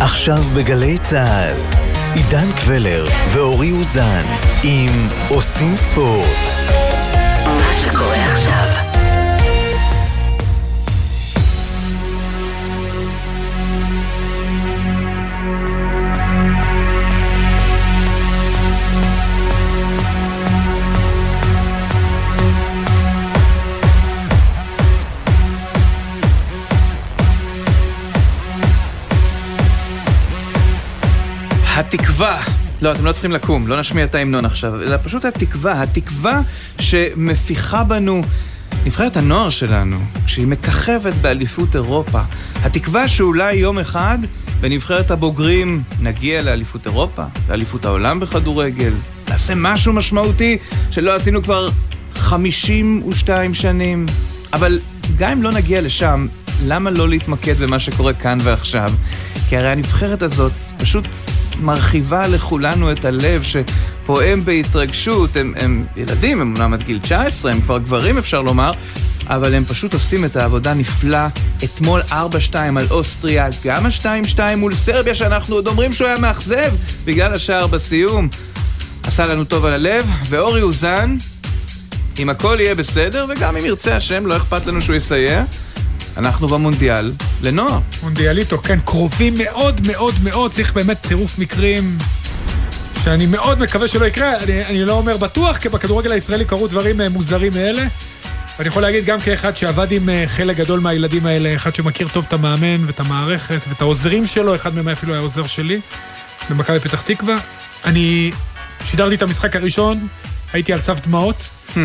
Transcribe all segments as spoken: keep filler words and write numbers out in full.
עכשיו בגלי צהל, עידן קבלר ואורי אוזן עם עושים ספורט. מה שקורה עכשיו. התקווה, לא, אתם לא צריכים לקום, לא נשמיע את ההמנון עכשיו, אלא פשוט התקווה, התקווה שמפיחה בנו נבחרת הנוער שלנו, כשהיא מככבת באליפות אירופה. התקווה שאולי יום אחד בנבחרת הבוגרים נגיע לאליפות אירופה, לאליפות העולם בכדורגל, נעשה משהו משמעותי שלא עשינו כבר חמישים ושתיים שנים. אבל גם אם לא נגיע לשם, למה לא להתמקד במה שקורה כאן ועכשיו? כי הרי הנבחרת הזאת פשוט מרחיבה לכולנו את הלב שפועם בהתרגשות. הם, הם ילדים, הם אומנם עד גיל תשע עשרה, הם כבר גברים אפשר לומר, אבל הם פשוט עושים את העבודה נפלא. אתמול ארבע שתיים על אוסטריה, גם ה-שתיים שתיים מול סרביה שאנחנו עוד אומרים שהוא היה מאכזב בגלל השער בסיום. עשה לנו טוב על הלב, ואורי אוזן, אם הכל יהיה בסדר, וגם אם ירצה השם, לא אכפת לנו שהוא יסייע, אנחנו במונדיאל לנוער. מונדיאליטו, כן, קרובים מאוד מאוד מאוד, צריך באמת צירוף מקרים שאני מאוד מקווה שלא יקרה, אני, אני לא אומר בטוח, כי בכדורגל הישראלי קרו דברים מוזרים מאלה, ואני יכול להגיד גם כאחד שעבד עם חלק גדול מהילדים האלה, אחד שמכיר טוב את המאמן ואת המערכת ואת העוזרים שלו, אחד מהם אפילו היה עוזר שלי, במכבי פתח תקווה. אני שידרתי את המשחק הראשון, הייתי על סף דמעות, hmm.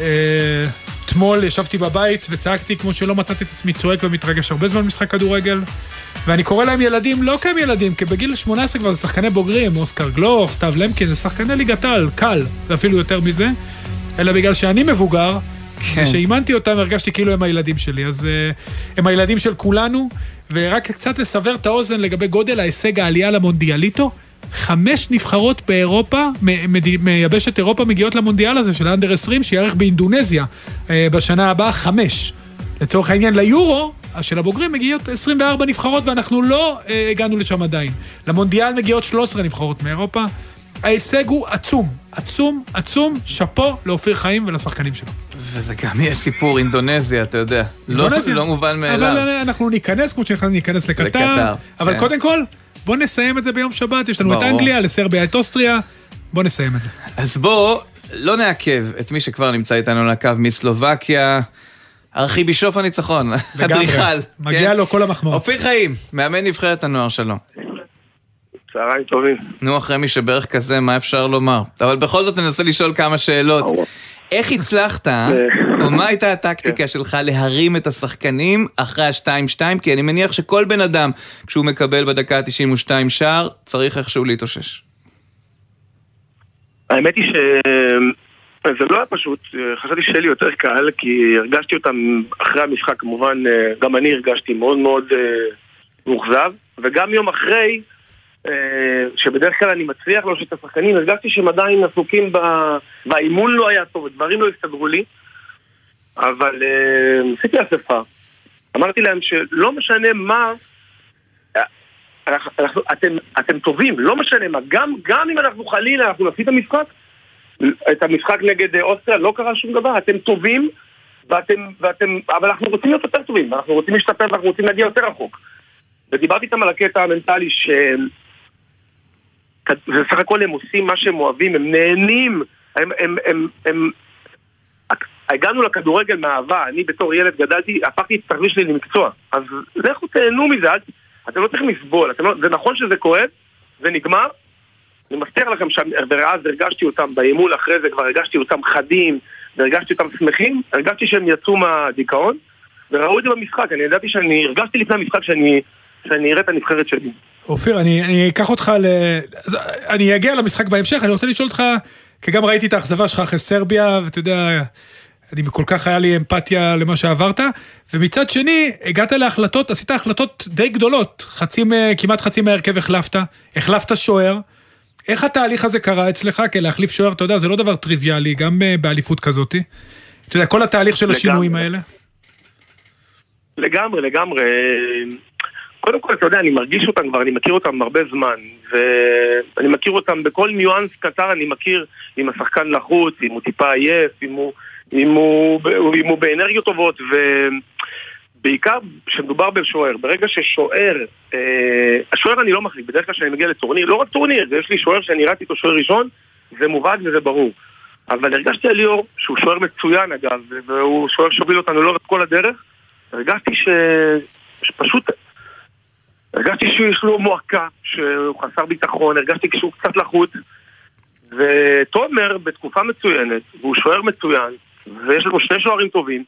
אתמול ישבתי בבית וצעקתי כמו שלא מצאתי את עצמי צועק ומתרגש הרבה זמן משחק כדורגל, ואני קורא להם ילדים, לא כהם ילדים, כי בגיל שמונה עשרה כבר זה שחקני בוגרים, אוסקר גלוך, סתיו למקין, זה שחקני ליגת העל, קל, ואפילו יותר מזה, אלא בגלל שאני מבוגר, כן. ושאימנתי אותם הרגשתי כאילו הם הילדים שלי, אז uh, הם הילדים של כולנו, ורק קצת לסבר את האוזן לגבי גודל ההישג העלייה למונדיאליטו, חמש נבחרות באירופה, מיבשת אירופה מגיעות למונדיאל הזה של האנדר עשרים, שיערך באינדונזיה בשנה הבאה, חמש. לצורך העניין ליורו, של הבוגרים מגיעות עשרים וארבע נבחרות, ואנחנו לא הגענו לשם עדיין. למונדיאל מגיעות שלוש עשרה נבחרות מאירופה. ההישג הוא עצום, עצום, עצום, שפו לאופיר חיים ולשחקנים שלו. וזה גם יהיה סיפור אינדונזיה, אתה יודע. אינדונזיה. לא, לא מובן מאליו. אבל אנחנו ניכנס, כמו שאנחנו ניכנס לקטר. לקטר, אבל כן. קודם כל, בוא נסיים את זה ביום שבת, יש לנו ברור. את אנגליה, לסרביה, את אוסטריה, בוא נסיים את זה. אז בוא, לא נעכב את מי שכבר נמצא איתנו על הקו מסלובקיה, ארכיבישוף הניצחון, אדריכל. מגיע כן? לו כל המחמאות. אופיר חיים, מאמן נבחרת הנוער שלו. צהריים טובים. נו, אחרי מי שברך כזה, מה אפשר לומר? אבל בכל זאת ננסה לשאול כמה שאלות. איך הצלחת, או מה הייתה הטקטיקה שלך להרים את השחקנים אחרי ה-שתיים שתיים? כי אני מניח שכל בן אדם, כשהוא מקבל בדקה ה-תשעים ושתיים שער, צריך איכשהו להתאושש. האמת היא שזה לא היה פשוט, חשבתי שיהיה לי יותר קל, כי הרגשתי אותם אחרי המשחק, כמובן, גם אני הרגשתי מאוד מאוד מוחזב, וגם יום אחרי, שבדרך כלל אני מצליח להושיט את השחקנים, הרגשתי שהם עדיין עסוקים והאימון לא היה טוב, דברים לא הסתדרו לי, אבל עשיתי אספה, אמרתי להם שלא משנה מה, אנחנו, אתם, אתם טובים, לא משנה מה, גם, גם אם אנחנו חלילה, אנחנו נעשית את המשחק, את המשחק נגד אוסטריה, לא קרה שום דבר, אתם טובים, ואתם, ואתם, אבל אנחנו רוצים להיות יותר טובים, אנחנו רוצים להשתפר ואנחנו רוצים להגיע יותר רחוק. ודיברתי איתם על הקטע המנטלי ש... זה סך הכל הם עושים מה שהם אוהבים, הם נהנים, הם, הם, הם, הם... הגענו לכדורגל מאהבה, אני בתור ילד גדלתי, הפכתי את התחביב שלי למקצוע, אז לכו תהנו מזה, אתם לא צריכים לסבול, לא... זה נכון שזה כואב, זה נגמר, אני מבטיח לכם שאז הרגשתי אותם באימון, אחרי זה כבר הרגשתי אותם חדים, והרגשתי אותם שמחים, הרגשתי שהם יצאו מהדיכאון, וראו את זה במשחק, אני ידעתי שאני, הרגשתי לפני המשחק שאני, שאני אראה את הנבחרת שלי. אופיר, אני, אני אקח אותך ל... אני אגיע למשחק בהמשך, אני רוצה לשאול אותך, כי גם ראיתי את האכזבה שלך אחרי סרביה, ואתה יודע, אני כל כך היה לי אמפתיה למה שעברת, ומצד שני, הגעת להחלטות, עשית החלטות די גדולות, חצי, כמעט חצי מהרכב החלפת, החלפת שוער, איך התהליך הזה קרה אצלך? כי להחליף שוער, אתה יודע, זה לא דבר טריוויאלי, גם באליפות כזאת. אתה יודע, כל התהליך של השינויים האלה? לגמרי, לגמרי. קודם כל, אתה יודע, אני מרגיש אותם כבר, אני מכיר אותם הרבה זמן, ואני מכיר אותם בכל ניואנס קטר, אני מכיר אם השחקן לחוץ, אם הוא טיפה עייף, אם הוא, אם הוא, אם הוא באנרגיות טובות, ובעיקר כשמדובר בשוער, ברגע ששוער, אה, השוער אני לא מחליק, בדרך כלל שאני מגיע לטורניר, לא רק טורניר, יש לי שוער שאני ראיתי אותו שוער ראשון, זה מובן וזה ברור. אבל הרגשתי על ליאור, שהוא שוער מצוין אגב, והוא שוער שהוביל אותנו לא רק כל הדרך, הרגשתי ש... שפשוט... הרגשתי שיש לו מועקה, שהוא חסר ביטחון, הרגשתי שהוא קצת לחוץ, ותומר בתקופה מצוינת, והוא שוער מצוין, ויש לנו שני שוערים טובים,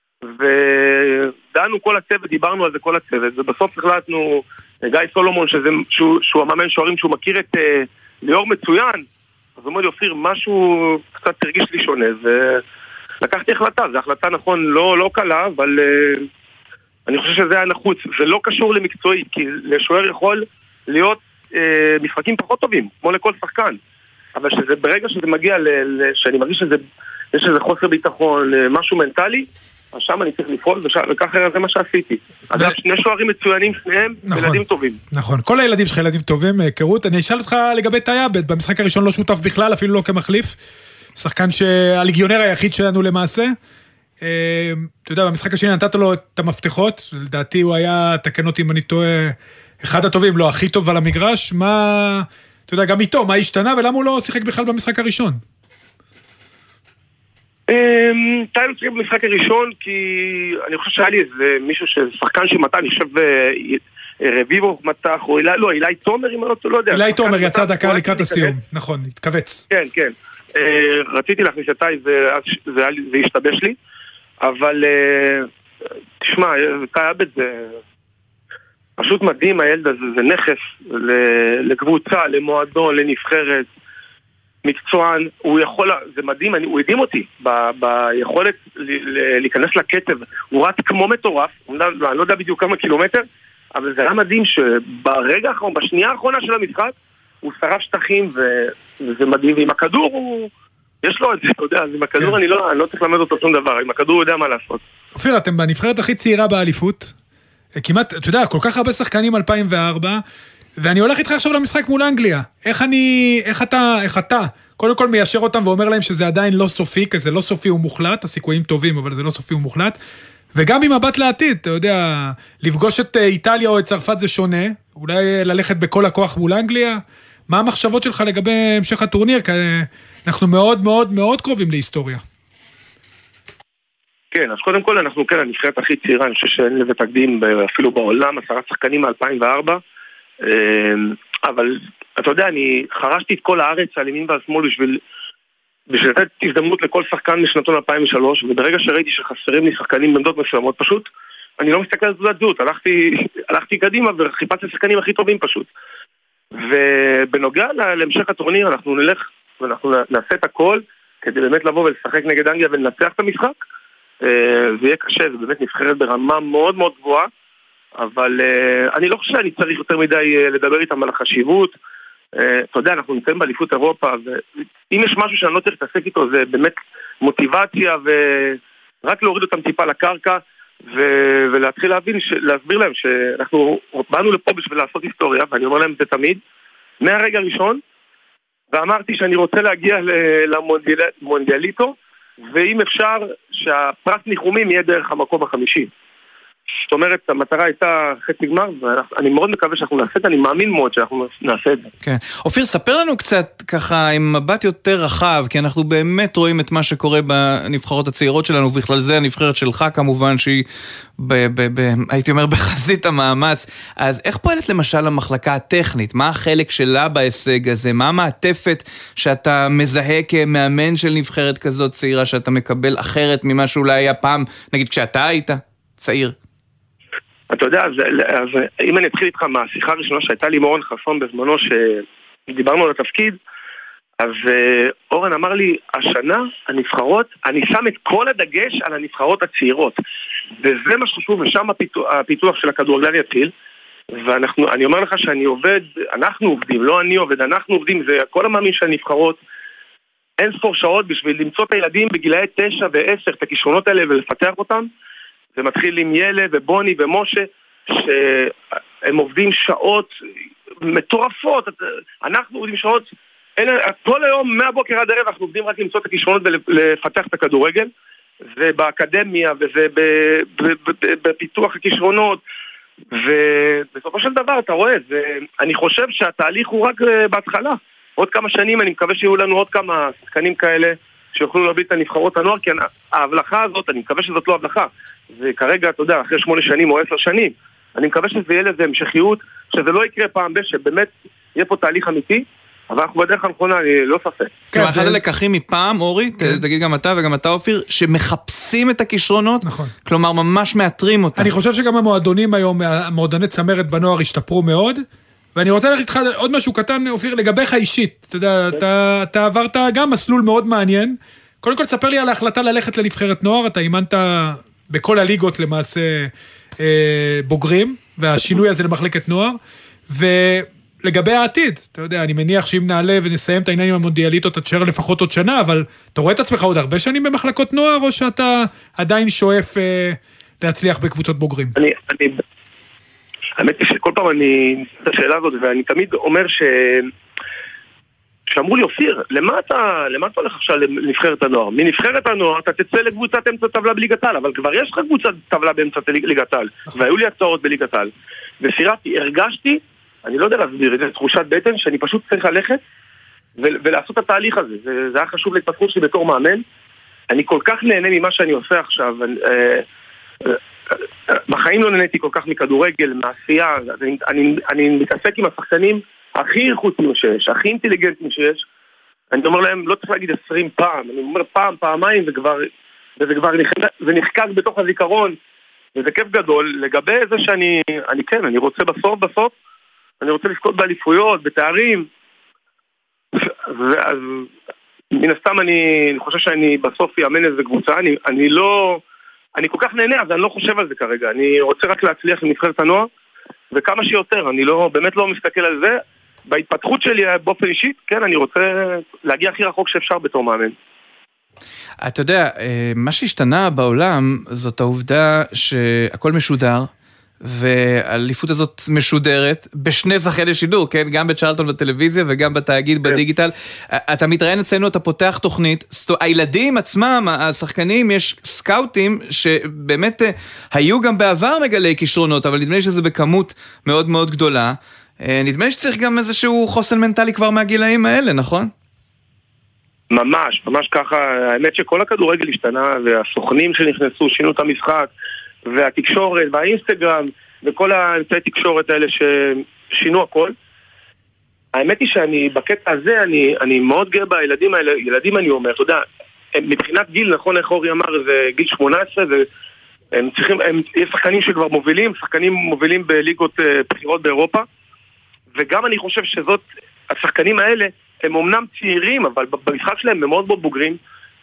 ודענו כל הצוות, דיברנו על זה כל הצוות, ובסוף החלטנו, גיא סולומון, שזה, שהוא, שהוא המאמן שוערים, שהוא מכיר את uh, ליאור מצוין, אז הוא אומר לי, אופיר, משהו קצת תרגיש לי שונה, ולקחתי החלטה, זו החלטה נכון, לא, לא קלה, אבל... Uh, אני חושב שזה היה נחוץ, זה לא קשור למקצועית, כי לשוער יכול להיות אה, משחקים פחות טובים, כמו לכל שחקן. אבל שזה, ברגע שזה מגיע, ל, ל, שאני מרגיש שזה, יש איזה חוסר ביטחון, משהו מנטלי, אז שם אני צריך לפעול, וככה זה מה שעשיתי. אז ו... שני שוערים מצוינים, שניהם נכון, ילדים טובים. נכון, כל הילדים שלך ילדים טובים, קרות. אני אשאל אותך לגבי טייאבד, במשחק הראשון לא שותף בכלל, אפילו לא כמחליף. שחקן שהליגיונר היחיד שלנו למעשה. אתה יודע, במשחק השני נתת לו את המפתחות, לדעתי הוא היה, תקן אותי אם אני טועה, אחד הטובים, לא הכי טוב על המגרש, מה, אתה יודע, גם איתו, מה השתנה, ולמה הוא לא שיחק בכלל במשחק הראשון? טייל שיחק במשחק הראשון, כי אני חושב שהיה לי איזה מישהו ששחקן שמתה, אני חושב רביבו מתח, או אילי, לא, אילי תומר, אם אני לא יודע. אילי תומר יצא דקה לקראת הסיום, נכון, התכווץ. כן, כן. רציתי להכניס את טייל, זה השתבש לי. אבל תשמע, טייאבד זה פשוט מדהים, הילד הזה, זה נכס לקבוצה, למועדון, לנבחרת, מקצוען, הוא יכול, זה מדהים, הוא הדהים אותי ביכולת להיכנס לקצב, הוא רץ כמו מטורף, אני לא יודע בדיוק כמה קילומטר, אבל זה היה מדהים שברגע האחרון, בשנייה האחרונה של המשחק, הוא שרף שטחים וזה מדהים, ועם הכדור הוא... יש לו את זה, אתה יודע, אז עם הכדור אני לא, אני לא צריך למד אותו שום דבר, עם הכדור הוא יודע מה לעשות. אופיר, אתם בנבחרת הכי צעירה באליפות, כמעט, אתה יודע, כל כך הרבה שחקנים אלפיים וארבע, ואני הולך איתך עכשיו למשחק מול אנגליה. איך אני, איך אתה, איך אתה, קודם כל מיישר אותם ואומר להם שזה עדיין לא סופי, כי זה לא סופי ומוחלט, הסיכויים טובים, אבל זה לא סופי ומוחלט, וגם עם מבט לעתיד, אתה יודע, לפגוש את איטליה או את צרפת זה שונה, אולי ללכת בכל הכוח מול אנגליה, מה המחשבות שלך לגבי המשך הטורניר? כי אנחנו מאוד מאוד מאוד קרובים להיסטוריה. כן, אז קודם כל אנחנו כן, הנבחרת הכי צעירה, אני חושב שאין לזה תקדים אפילו בעולם, עשרה שחקנים מ-אלפיים וארבע, אבל אתה יודע, אני חרשתי את כל הארץ על ימין והשמאל בשביל, בשביל לתת הזדמנות לכל שחקן משנתון אלפיים ושלוש, וברגע שראיתי שחסרים לי שחקנים בעמדות מסוימות, פשוט אני לא מסתכל על תעודת זהות, הלכתי, הלכתי קדימה וחיפשתי שחקנים הכי טובים פשוט. ובנוגע להמשך הטורניר אנחנו נלך ואנחנו נעשה את הכל כדי באמת לבוא ולשחק נגד אנגליה ולנצח את המשחק. זה יהיה קשה, זה באמת נבחרת ברמה מאוד מאוד גבוהה, אבל אני לא חושב שאני צריך יותר מדי לדבר איתם על החשיבות. אתה יודע, אנחנו נמצאים באליפות אירופה, ואם יש משהו שאני לא צריך להתעסק איתו זה באמת מוטיבציה ורק להוריד אותם טיפה לקרקע ו- ולהתחיל להבין, ש- להסביר להם שאנחנו באנו לפה בשביל לעשות היסטוריה, ואני אומר להם את זה תמיד, מהרגע הראשון, ואמרתי שאני רוצה להגיע למונדיאליטו, ואם אפשר שהפרס ניחומים יהיה דרך המקום החמישי. זאת אומרת, המטרה הייתה חצי גמר, ואני מאוד מקווה שאנחנו נעשה את זה, אני מאמין מאוד שאנחנו נעשה את זה. כן. אופיר, ספר לנו קצת ככה עם מבט יותר רחב, כי אנחנו באמת רואים את מה שקורה בנבחרות הצעירות שלנו, ובכלל זה הנבחרת שלך כמובן, שהיא, ב, ב, ב, הייתי אומר, בחזית המאמץ. אז איך פועלת למשל המחלקה הטכנית? מה החלק שלה בהישג הזה? מה המעטפת שאתה מזהה כמאמן של נבחרת כזאת צעירה, שאתה מקבל אחרת ממה שאולי היה פעם, נגיד כשאתה היית צעיר? אתה יודע, אז, אז אם אני אתחיל איתך מהשיחה הראשונה שהייתה לי עם אורן חסון בזמנו שדיברנו על התפקיד, אז אורן אמר לי, השנה הנבחרות, אני שם את כל הדגש על הנבחרות הצעירות, וזה מה שחשוב, ושם הפיתוח, הפיתוח של הכדורגלן יתחיל, ואני אומר לך שאני עובד, אנחנו עובדים, לא אני עובד, אנחנו עובדים, זה כל המאמין של הנבחרות, אין ספור שעות בשביל למצוא את הילדים בגילאי תשע ועשר, את הכישרונות האלה ולפתח אותם, זה מתחיל עם ילד ובוני ומשה, שהם עובדים שעות מטורפות, אנחנו עובדים שעות, כל היום מהבוקר עד ערב אנחנו עובדים רק למצוא את הכישרונות ולפתח את הכדורגל, זה באקדמיה וזה בפיתוח הכישרונות, ובסופו של דבר אתה רואה, אני חושב שהתהליך הוא רק בהתחלה, עוד כמה שנים אני מקווה שיהיו לנו עוד כמה שחקנים כאלה שיוכלו להביא את הנבחרות הנוער, כי ההבלחה הזאת, אני מקווה שזאת לא הבלחה, וכרגע, אתה יודע, אחרי שמונה שנים או עשר שנים, אני מקווה שזה יהיה לזה המשכיות, שזה לא יקרה פעם בה, שבאמת יהיה פה תהליך אמיתי, אבל אנחנו בדרך הנכונה, אני לא ספק. כלומר, אחד הלקחים מפעם, אורי, תגיד גם אתה וגם אתה אופיר, שמחפשים את הכישרונות, כלומר, ממש מאתרים אותם. אני חושב שגם המועדונים היום, המועדוני צמרת בנוער השתפרו מאוד, ואני רוצה ללכת איתך עוד משהו קטן, אופיר, לגביך אישית. אתה יודע, אתה עברת גם מסלול מאוד מעניין. קודם כל, תספר לי על ההחלטה ללכת לנבחרת נוער, אתה אימנת בכל הליגות למעשה בוגרים, והשינוי הזה למחלקת נוער, ולגבי העתיד, אתה יודע, אני מניח שאם נעלה ונסיים את העניינים המונדיאליטות, אתה תשאר לפחות עוד שנה, אבל אתה רואה את עצמך עוד הרבה שנים במחלקות נוער, או שאתה עדיין שואף להצליח בקבוצות בוגרים? אני, אני, האמת היא שכל פעם אני ניסה את השאלה הזאת, ואני תמיד אומר ש... שאמרו לי, אופיר, למה אתה, למה אתה הולך עכשיו לנבחרת הנוער? מנבחרת הנוער אתה תצא לקבוצת אמצע טבלה בליגת העל, אבל כבר יש לך קבוצת טבלה באמצע ליגת העל, והיו לי הצעות בליגת העל. וסירבתי, הרגשתי, אני לא יודע להסביר, איזו תחושת בטן, שאני פשוט צריך ללכת ולעשות את התהליך הזה. זה, זה היה חשוב להתפתחות שלי בתור מאמן. אני כל כך נהנה ממה שאני עושה עכשיו. אני, בחיים לא נהניתי כל כך מכדורגל, מעשייה. אני, אני, אני מתעסק עם השחקנים הכי איכותיים שיש, הכי אינטליגנטיים שיש. אני אומר להם, לא צריך להגיד עשרים פעם, אני אומר פעם, פעמיים, וכבר, וזה כבר זה נחקק בתוך הזיכרון, וזה כיף גדול. לגבי זה שאני, אני כן, אני רוצה בסוף, בסוף, אני רוצה לזכות באליפויות, בתארים, ואז מן הסתם אני, אני חושב שאני בסוף יאמן איזה קבוצה, אני, אני לא, אני כל כך נהנה, אז אני לא חושב על זה כרגע, אני רוצה רק להצליח לנבחרת הנוער, וכמה שיותר, אני לא, באמת לא מסתכל על זה, בהתפתחות שלי באופן אישית, כן, אני רוצה להגיע הכי רחוק שאפשר בתור מאמן. אתה יודע, מה שהשתנה בעולם, זאת העובדה שהכל משודר, והאליפות הזאת משודרת בשני שחקני שידור, כן? גם בצ'רלטון בטלוויזיה וגם בתאגיד בדיגיטל. אתה מתראיין אצלנו, אתה פותח תוכנית, הילדים עצמם, השחקנים, יש סקאוטים שבאמת היו גם בעבר מגלי כישרונות, אבל נדמה לי שזה בכמות מאוד מאוד גדולה. נדמה לי שצריך גם איזשהו חוסן מנטלי כבר מהגילאים האלה, נכון? ממש, ממש ככה. האמת שכל הכדורגל השתנה, והסוכנים שנכנסו, שינו את המשחק, והתקשורת, והאינסטגרם, וכל האמצעי תקשורת האלה ששינו הכל. האמת היא שאני, בקטע הזה, אני, אני מאוד גאה בילדים האלה, ילדים אני אומר, אתה יודע, מבחינת גיל, נכון איך אורי אמר, זה גיל שמונה עשרה, והם צריכים, הם, יש שחקנים שכבר מובילים, שחקנים מובילים בליגות בחירות באירופה, וגם אני חושב שזאת, השחקנים האלה, הם אומנם צעירים, אבל במשחק שלהם הם מאוד מאוד בוגרים,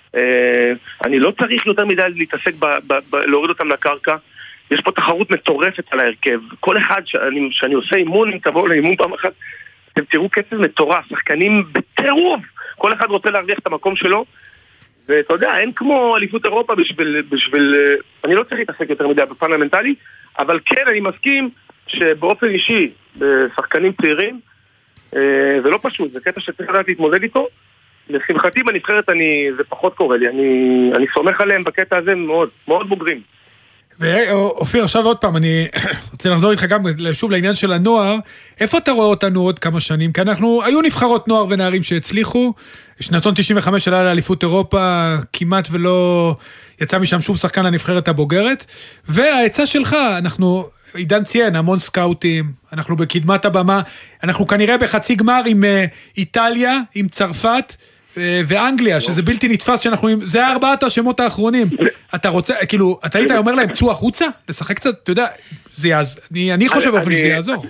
אני לא צריך יותר מדי להתעסק להוריד אותם לקרקע. יש פה תחרות מטורפת על ההרכב. כל אחד שאני, שאני עושה אימון, אם תבואו לאימון פעם אחת, אתם תראו קצב מטורף, שחקנים בטירוף, כל אחד רוצה להרוויח את המקום שלו, ואתה יודע, אין כמו אליפות אירופה בשביל, בשביל אני לא צריך להתעסק יותר מדי בפן המנטלי, אבל כן, אני מסכים שבאופן אישי בשחקנים צעירים זה לא פשוט, זה קטע שצריך לדעת להתמודד איתו. לשמחתי בנבחרת אני, זה פחות קורה לי, אני, אני סומך עליהם בקטע הזה מאוד, מאוד בוגרים. ואופיר, עכשיו עוד פעם, אני רוצה לחזור איתך גם שוב לעניין של הנוער, איפה אתה רואה אותנו עוד כמה שנים? כי אנחנו, היו נבחרות נוער ונערים שהצליחו, שנתון תשעים וחמש שלה לאליפות אירופה, כמעט ולא יצא משם שום שחקן לנבחרת הבוגרת, וההצעה שלך, אנחנו, עידן ציין, המון סקאוטים, אנחנו בקדמת הבמה, אנחנו כנראה בחצי גמר עם איטליה, עם צרפת, ואנגליה, שזה בלתי נתפס שאנחנו, זה ארבעת השמות האחרונים. אתה רוצה, כאילו, אתה היית אומר להם, צאו החוצה, לשחק קצת, אתה יודע, זה יעזור, אני חושב באופן שזה יעזור.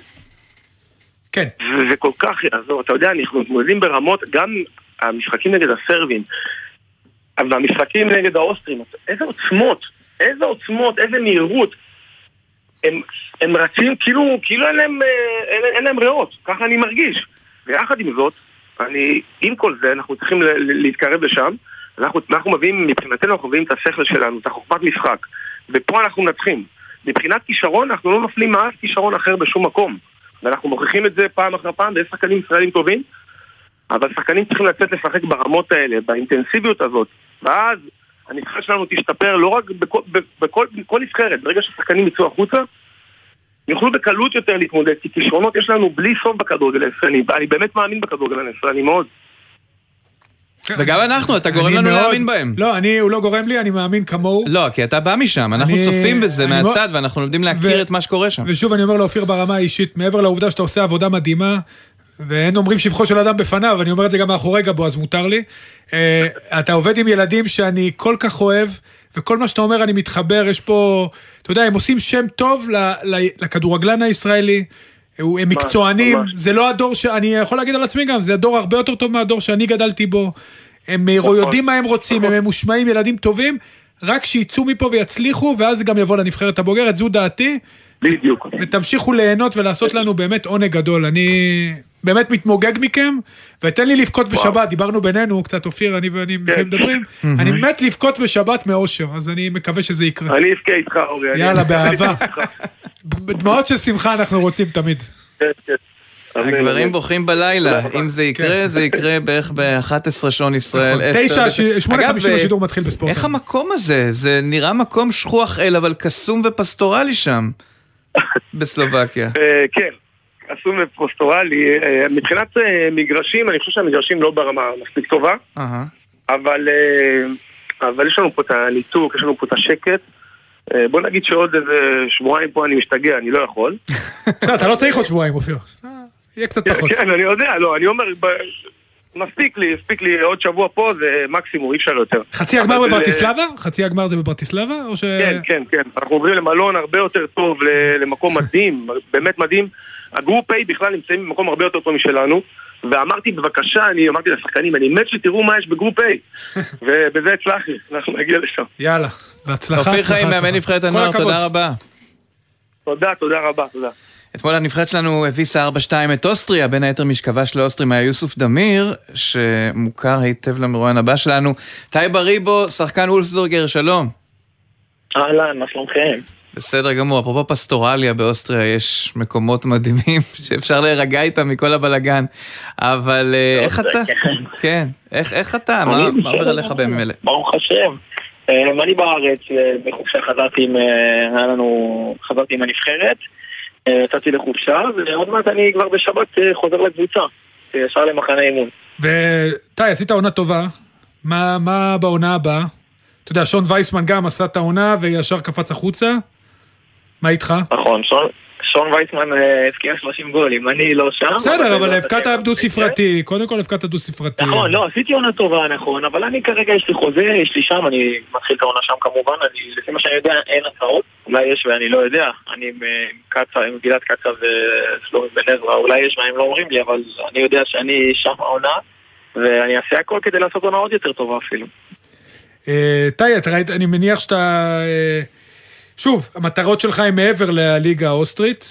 כן. זה כל כך יעזור, אתה יודע, אנחנו מתמודדים ברמות, גם המשחקים נגד הסרבים, והמשחקים נגד האוסטרים, איזה עוצמות, איזה עוצמות, איזה מהירות, הם, הם רצים, כאילו, כאילו אין להם, אין, אין להם ריאות, ככה אני מרגיש. ויחד עם זאת, אני, עם כל זה, אנחנו צריכים להתקרב לשם, אנחנו, אנחנו מביאים, מבחינתנו אנחנו מביאים את השכל שלנו, את החוכמת משחק, ופה אנחנו מנצחים. מבחינת כישרון, אנחנו לא נופלים מאף כישרון אחר בשום מקום. ואנחנו מוכיחים את זה פעם אחר פעם, ויש שחקנים ישראלים טובים, אבל שחקנים צריכים לצאת לשחק ברמות האלה, באינטנסיביות הזאת. ואז הנבחרת שלנו תשתפר לא רק בכל, בכל, בכל נבחרת. ברגע ששחקנים יצאו החוצה, יוכלו בקלות יותר להתמודד, כי כישרונות יש לנו בלי סוף בכדורגל הישראלי. אני באמת מאמין בכדורגל הישראלי מאוד. וגם אנחנו, אתה גורם לנו להאמין בהם. לא, אני, הוא לא גורם לי, אני מאמין כמוהו. לא, כי אתה בא משם, אנחנו צופים בזה מהצד, ואנחנו לומדים להכיר את מה שקורה שם. ושוב, אני אומר לאופיר ברמה האישית, מעבר לעובדה שאתה עושה עבודה מדהימה, ואין אומרים שבחו של אדם בפניו, אני אומר את זה גם מאחורי גבו, אז מותר לי. אתה עובד עם ילדים שאני כל כך אוהב, וכל מה שאתה אומר אני מתחבר, יש פה, אתה יודע, הם עושים שם טוב לכדורגלן הישראלי, הם מקצוענים, זה לא הדור שאני יכול להגיד על עצמי גם, זה הדור הרבה יותר טוב מהדור שאני גדלתי בו, הם יודעים מה הם רוצים, הם ממושמעים, ילדים טובים, רק שיצאו מפה ויצליחו, ואז זה גם יבוא לנבחרת הבוגרת, זו דעתי, בדיוק. ותמשיכו ליהנות ולעשות לנו באמת עונג גדול, אני באמת מתמוגג מכם, ותן לי לבכות בשבת, דיברנו בינינו, קצת אופיר, אני ואני מדברים, אני מת לבכות בשבת מאושר, אז אני מקווה שזה יקרה. אני אבכה איתך, אורי. יאללה, באהבה. בדמעות של שמחה אנחנו רוצים תמיד. הגברים בוכים בלילה, אם זה יקרה, זה יקרה בערך ב-אחת עשרה שעון ישראל. תשע, שמונה חמישים השידור מתחיל בספורט. איך המקום הזה? זה נראה מקום שכוח אל, אבל קסום ופסטורלי שם, בסלובקיה. כן, קסום ופסטורלי. מבחינת מגרשים, אני חושב שהמגרשים לא ברמה מספיק טובה, אבל יש לנו פה את הניתוק, יש לנו פה את השקט, בוא נגיד שעוד איזה שבועיים פה אני משתגע, אני לא יכול. אתה לא צריך עוד שבועיים, אופיר. יהיה קצת פחות. כן, אני יודע, לא, אני אומר, מספיק לי, מספיק לי עוד שבוע פה, זה מקסימום, אי אפשר יותר. חצי הגמר בברטיסלבה? חצי הגמר זה בברטיסלבה? כן, כן, כן. אנחנו עוברים למלון הרבה יותר טוב, למקום מדהים, באמת מדהים. הגרופ A בכלל נמצאים במקום הרבה יותר טוב משלנו, ואמרתי בבקשה, אני אמרתי לשחקנים, אני מת שתראו מה יש בגרופ A, ובזה הצלחתי, אנחנו נגיע לשם. יאללה, בהצלחה. אופיר חיים, מאמן נבחרת הנוער, תודה רבה. תודה, תודה רבה, תודה. אתמול הנבחרת שלנו הביסה ארבע שתיים את אוסטריה, בין היתר משכבה של האוסטרים היה יוסוף דמיר, שמוכר היטב למרואיין הבא שלנו. טייב ריבו, שחקן וולפסבורגר, שלום. אהלן, מה שלומכם? בסדר גמור, אפרופו פסטורליה באוסטריה, יש מקומות מדהימים שאפשר להירגע איתם מכל הבלגן, אבל איך אתה? כן, איך אתה? מה עובר עליך בימים אלה? ברוך השם. אני בארץ, בחופשה חזרתי עם, היה לנו, חזרתי עם הנבחרת, יצאתי לחופשה, ועוד מעט אני כבר בשבת חוזר לקבוצה, ישר למחנה אימון. ותאי, עשית עונה טובה, מה בעונה הבאה? אתה יודע, שון וייסמן גם עשה את העונה וישר קפץ החוצה, מה איתך? נכון, שון וייסמן הבקיע שלושים גולים, אני לא שם. בסדר, אבל הבקעת דו ספרתי, קודם כל הבקעת דו ספרתי. נכון, לא, עשיתי עונה טובה, נכון, אבל אני כרגע יש לי חוזה, יש לי שם, אני מתחיל את העונה שם כמובן, לפי מה שאני יודע אין הצעות, אולי יש ואני לא יודע, אני עם קצה, עם גלעד קצה וסלומי בן עזרא, אולי יש מה הם לא אומרים לי, אבל אני יודע שאני שם העונה, ואני אעשה הכל כדי לעשות עונה עוד יותר טובה אפילו. תאי, אתה ראית, אני מניח שאתה... שוב, המטרות שלך הן מעבר לליגה האוסטרית.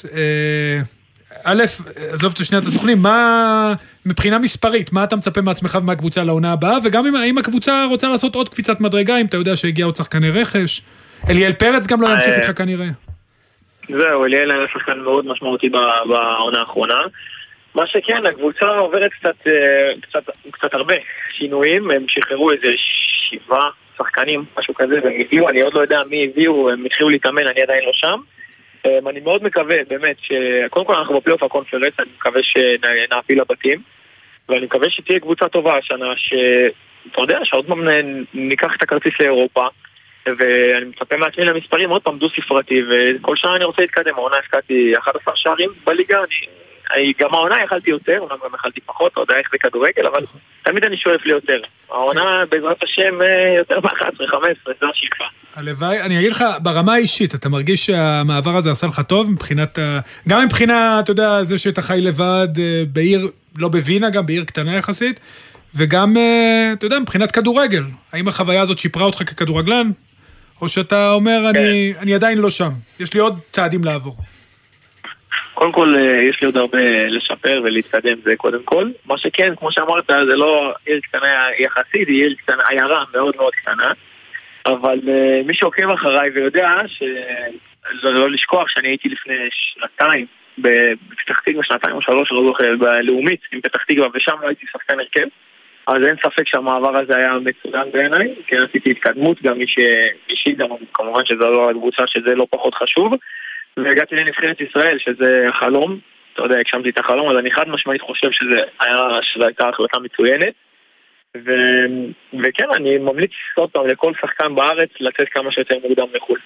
א', עזוב את שניית הסוכנים, מה, מבחינה מספרית, מה אתה מצפה מעצמך ומהקבוצה לעונה הבאה, וגם אם הקבוצה רוצה לעשות עוד קפיצת מדרגה, אם אתה יודע שהגיע עוד שחקני רכש, אליאל פרץ גם לא ימשיך איתך כנראה. זהו, אליאל היה שחקן מאוד משמעותי בעונה האחרונה. מה שכן, הקבוצה עוברת קצת, קצת, קצת הרבה שינויים, הם שחררו איזה שבעה שחקנים, משהו כזה, והם הביאו, אני עוד לא יודע מי הביאו, הם התחילו להתאמן, אני עדיין לא שם. אני מאוד מקווה, באמת, שקודם כל אנחנו בפלייאוף הקונפרנס, אני מקווה שנעפיל לבתים, ואני מקווה שתהיה קבוצה טובה השנה, שאתה יודע, שעוד פעם ניקח את הכרטיס לאירופה, ואני מצפה מעצמי למספרים, עוד פעם דו ספרתי, וכל שנה אני רוצה להתקדם, העונה הפקעתי אחד עשר שערים בליגה, אני... גם העונה יכלתי יותר, אומנם גם יכלתי פחות, לא יודע איך זה כדורגל, אבל תמיד אני שואף לי יותר. העונה בעזרת השם יותר מ-אחת עשרה חמש עשרה, זה השאיפה. הלוואי, אני אגיד לך, ברמה האישית, אתה מרגיש שהמעבר הזה עשה לך טוב, מבחינת, גם מבחינה, אתה יודע, זה שאתה חי לבד בעיר, לא בווינה, גם בעיר קטנה יחסית, וגם, אתה יודע, מבחינת כדורגל. האם החוויה הזאת שיפרה אותך ככדורגלן? או שאתה אומר, אני, אני עדיין לא שם. יש לי עוד צעדים לעבור. קודם כל, יש לי עוד הרבה לשפר ולהתקדם, זה קודם כל. מה שכן, כמו שאמרת, זה לא עיר קטנה יחסית, היא עיר קטנה, עיירה מאוד מאוד קטנה. אבל מי שעוקב אחריי ויודע שלא לא לשכוח שאני הייתי לפני שנתיים בפתח תקווה, שנתיים או שלוש, לא זוכר, בלאומית עם פתח תקווה, ושם לא הייתי שחקן הרכב, אז אין ספק שהמעבר הזה היה מצוין בעיניי, כי עשיתי התקדמות, גם מי שאישי, גם כמובן שזה לא הקבוצה, שזה לא פחות חשוב, והגעתי לנבחרת ישראל, שזה החלום, אתה יודע, הגשמתי את החלום, אז אני חד משמעית חושב שזה היה, שזו הייתה החלטה מצוינת, ו... וכן, אני ממליץ עוד פעם לכל שחקן בארץ לצאת כמה שיותר מוקדם לחו"ל.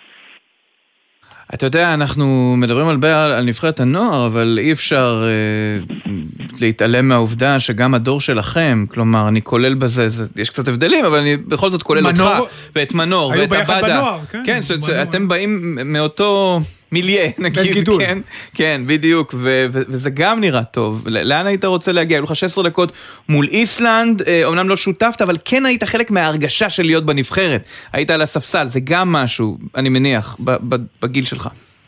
אתה יודע, אנחנו מדברים הרבה על, על נבחרת הנוער, אבל אי אפשר אה, להתעלם מהעובדה שגם הדור שלכם, כלומר, אני כולל בזה, זה, יש קצת הבדלים, אבל אני בכל זאת כולל מנור, אותך, ואת מנור, ואת הבדה. בנוער, כן, כן ש, מנור. אתם באים מאותו מיליה, נגיד, כן, כן, בדיוק, ו, ו, וזה גם נראה טוב. לאן היית רוצה להגיע? היו לך שש עשרה דקות מול איסלנד, אה, אומנם לא שותפת, אבל כן היית חלק מההרגשה של להיות בנבחרת. היית על הספסל, זה גם משהו, אני מניח, ב, ב, בגיל שלך.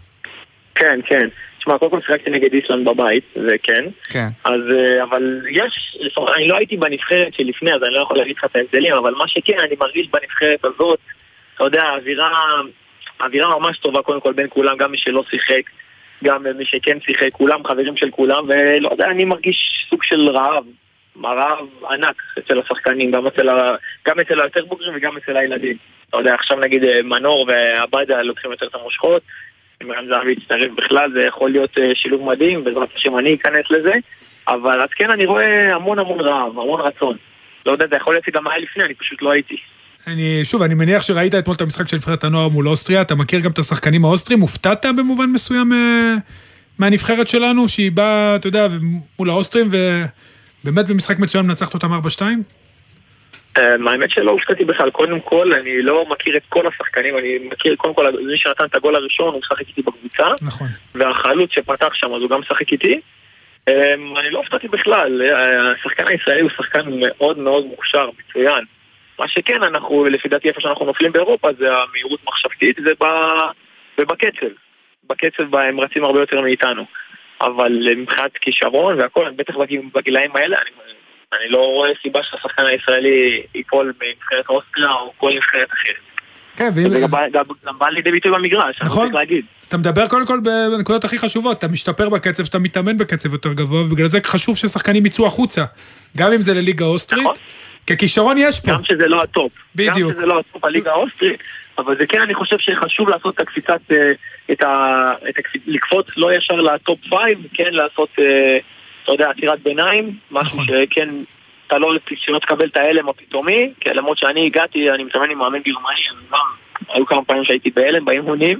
כן, כן. תשמע, קודם כל שחקתי נגד איסלנד בבית, זה כן. כן. אז, אבל יש, אני לא הייתי בנבחרת שלפני, אז אני לא יכול להגיד לך את ההבדלים, אבל מה שכן, אני מרגיש בנבחרת הזאת, אתה יודע, האווירה, האווירה ממש טובה קודם כל בין כולם, גם מי שלא שיחק, גם מי שכן שיחק, כולם חברים של כולם, ולא יודע, אני מרגיש סוג של רעב, רעב ענק אצל השחקנים, גם אצל, ה... גם אצל היותר בוגרים וגם אצל הילדים. אתה יודע, עכשיו נגיד מנור והבדה לוקחים יותר את המושכות, אם רן זהבי יצטרף בכלל, זה יכול להיות שילוב מדהים, בעזרת השם אני אכנס לזה, אבל אז כן אני רואה המון המון רעב, המון רצון. לא יודע, זה יכול להיות גם היה לפני, אני פשוט לא הייתי. אני, שוב, אני מניח שראית אתמול את המשחק של נבחרת הנוער מול אוסטריה, אתה מכיר גם את השחקנים האוסטרים, הופתעת במובן מסוים מהנבחרת שלנו, שהיא באה, אתה יודע, מול האוסטרים, ובאמת במשחק מצוין מנצחת אותם ארבע שתיים? האמת שלא הופתעתי בכלל, קודם כל, אני לא מכיר את כל השחקנים, אני מכיר קודם כל, זה שנתן את הגול הראשון, הוא משחק איתי בקבוצה, נכון. והחלוץ שפתח שם, אז הוא גם משחק איתי, אני לא הופתעתי בכלל, השחקן הישראלי הוא שחקן מאוד מאוד מוכשר, מצוין. מה שכן, אנחנו, לפי דעתי איפה שאנחנו נופלים באירופה, זה המהירות מחשבתית, זה בקצב. בקצב הם רצים הרבה יותר מאיתנו. אבל מבחינת כישרון והכל, בטח בגילאים האלה, אני, אני לא רואה סיבה שהשחקן הישראלי ייפול בנבחרת אוסטריה או כל נבחרת אחרת. כן, ואם... זה גם בא לידי ביטוי במגרש, אני צריך להגיד. אתה מדבר קודם כל בנקודות הכי חשובות, אתה משתפר בקצב, שאתה מתאמן בקצב יותר גבוה, ובגלל זה חשוב ששחקנים יצאו החוצה, גם אם זה לליגה האוסטרית, ככישרון יש פה. גם שזה לא הטופ. בדיוק. גם שזה לא הטופ, הליגה האוסטרית, אבל זה כן, אני חושב שחשוב לעשות את הקפיצת, את ה... לקפוץ לא ישר לטופ פייב, כן לעשות, אתה יודע, עצירת ביניים, משהו שכן, אתה לא שלא תקבל את האלם הפתאומי, כי למרות שאני הגעתי, אני מתאמן עם מאמן גרמני, היו כמה פעמים שהייתי באלם, באימונים,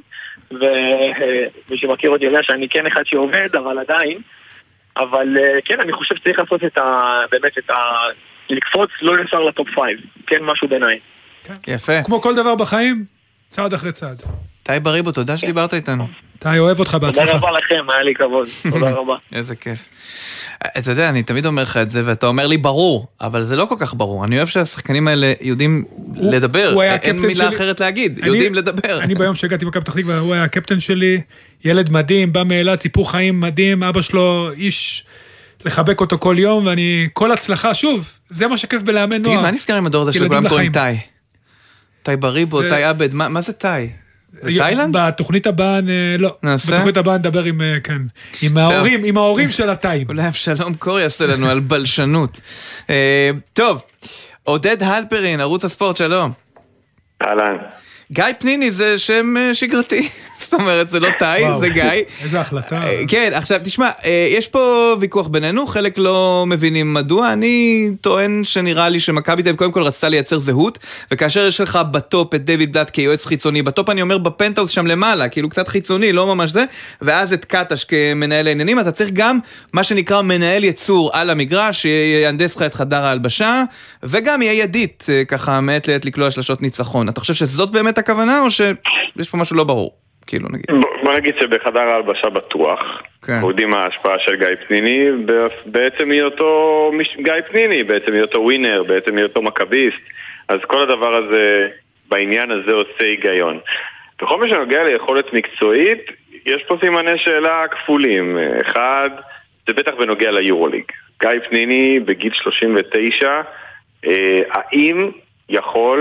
ומי שמכיר אותי יודע שאני כן אחד שעובד, אבל עדיין, אבל כן, אני חושב שצריך לעשות את ה... באמת את ה... לקפוץ לא ישר לטופ פייב, כן, משהו ביניים. יפה. כמו כל דבר בחיים, צעד אחרי צעד. תאי בריבו, תודה שדיברת איתנו. תאי, אוהב אותך בהצלחה. תודה רבה לכם, היה לי כבוד. תודה רבה. איזה כיף. אתה יודע, אני תמיד אומר לך את זה, ואתה אומר לי ברור, אבל זה לא כל כך ברור. אני אוהב שהשחקנים האלה יודעים לדבר. אין מילה אחרת להגיד, יודעים לדבר. אני ביום שהגעתי מכבי פתח תקווה, הוא היה הקפטן שלי, ילד מדהים, בא מאילת, סיפור חיים מדהים, אבא שלו איש לחבק אותו כל יום, ואני, כל הצלחה, שוב, זה מה שכיף בלאמן נוער. תגיד, מה נזכר עם הדור הזה של כולם קוראים תאי? תאי בריבו, תאי עבד, מה זה תאי? זה תאילנד? בתוכנית הבאה, לא. בתוכנית הבאה נדבר עם, כן, עם ההורים, עם ההורים של התאים. אולי אבשלום קור יעשה לנו על בלשנות. טוב, עודד הלפרין, ערוץ הספורט, שלום. אהלן. גיא פניני זה שם שגרתי, זאת אומרת, זה לא תאי, זה גיא. איזו החלטה. כן, עכשיו, תשמע, יש פה ויכוח בינינו, חלק לא מבינים מדוע, אני טוען שנראה לי שמכבי תל אביב קודם כל רצתה לייצר זהות, וכאשר יש לך בטופ את דיוויד בלאט כיועץ חיצוני, בטופ אני אומר בפנטהאוס שם למעלה, כאילו קצת חיצוני, לא ממש זה, ואז את קטש כמנהל העניינים, אתה צריך גם מה שנקרא מנהל יצור על המגרש, שיהנדס לך את חדר ההלבשה, וגם יהיה ידית, ככה מעת לעת לקלוע שלשות ניצחון. אתה חושב שזאת באמת הכוונה, או שיש פה משהו לא ברור? כאילו נגיד. בוא נגיד שבחדר ההלבשה בטוח, אנחנו יודעים מה ההשפעה של גיא פניני, בעצם היותו גיא פניני, בעצם היותו ווינר, בעצם היותו מכביסט, אז כל הדבר הזה, בעניין הזה עושה היגיון. בכל מה שנוגע ליכולת מקצועית, יש פה סימני שאלה כפולים. אחד, זה בטח בנוגע ליורוליג. גיא פניני בגיל שלושים ותשע, האם יכול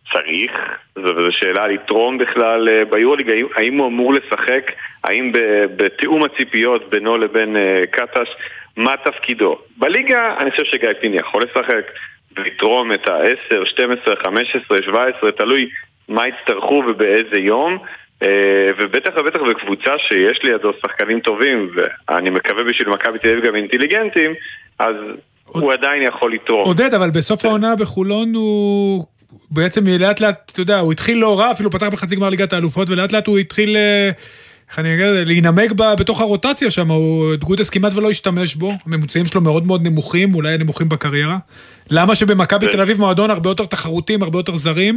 צריך, זו שאלה לתרום בכלל ביורוליג, האם, האם הוא אמור לשחק, האם בתיאום הציפיות בינו לבין קטש, מה תפקידו. בליגה אני חושב שגיא פניני יכול לשחק ולתרום את ה-עשר, שתים עשרה, חמש עשרה, שבע עשרה, תלוי מה יצטרכו ובאיזה יום, ובטח ובטח בקבוצה שיש לידו שחקנים טובים, ואני מקווה בשביל מכבי תל אביב גם אינטליגנטים, אז הוא עדיין יכול לתרום. עודד, אבל בסוף העונה בחולון הוא בעצם לאט לאט, אתה יודע, הוא התחיל לא רע, אפילו פתח בחצי גמר ליגת האלופות, ולאט לאט הוא התחיל, איך אני אגיד, להינמק בתוך הרוטציה שם, הוא גודס כמעט ולא השתמש בו, הממוצעים שלו מאוד מאוד נמוכים, אולי נמוכים בקריירה. למה שבמכבי תל אביב מועדון הרבה יותר תחרותים, הרבה יותר זרים,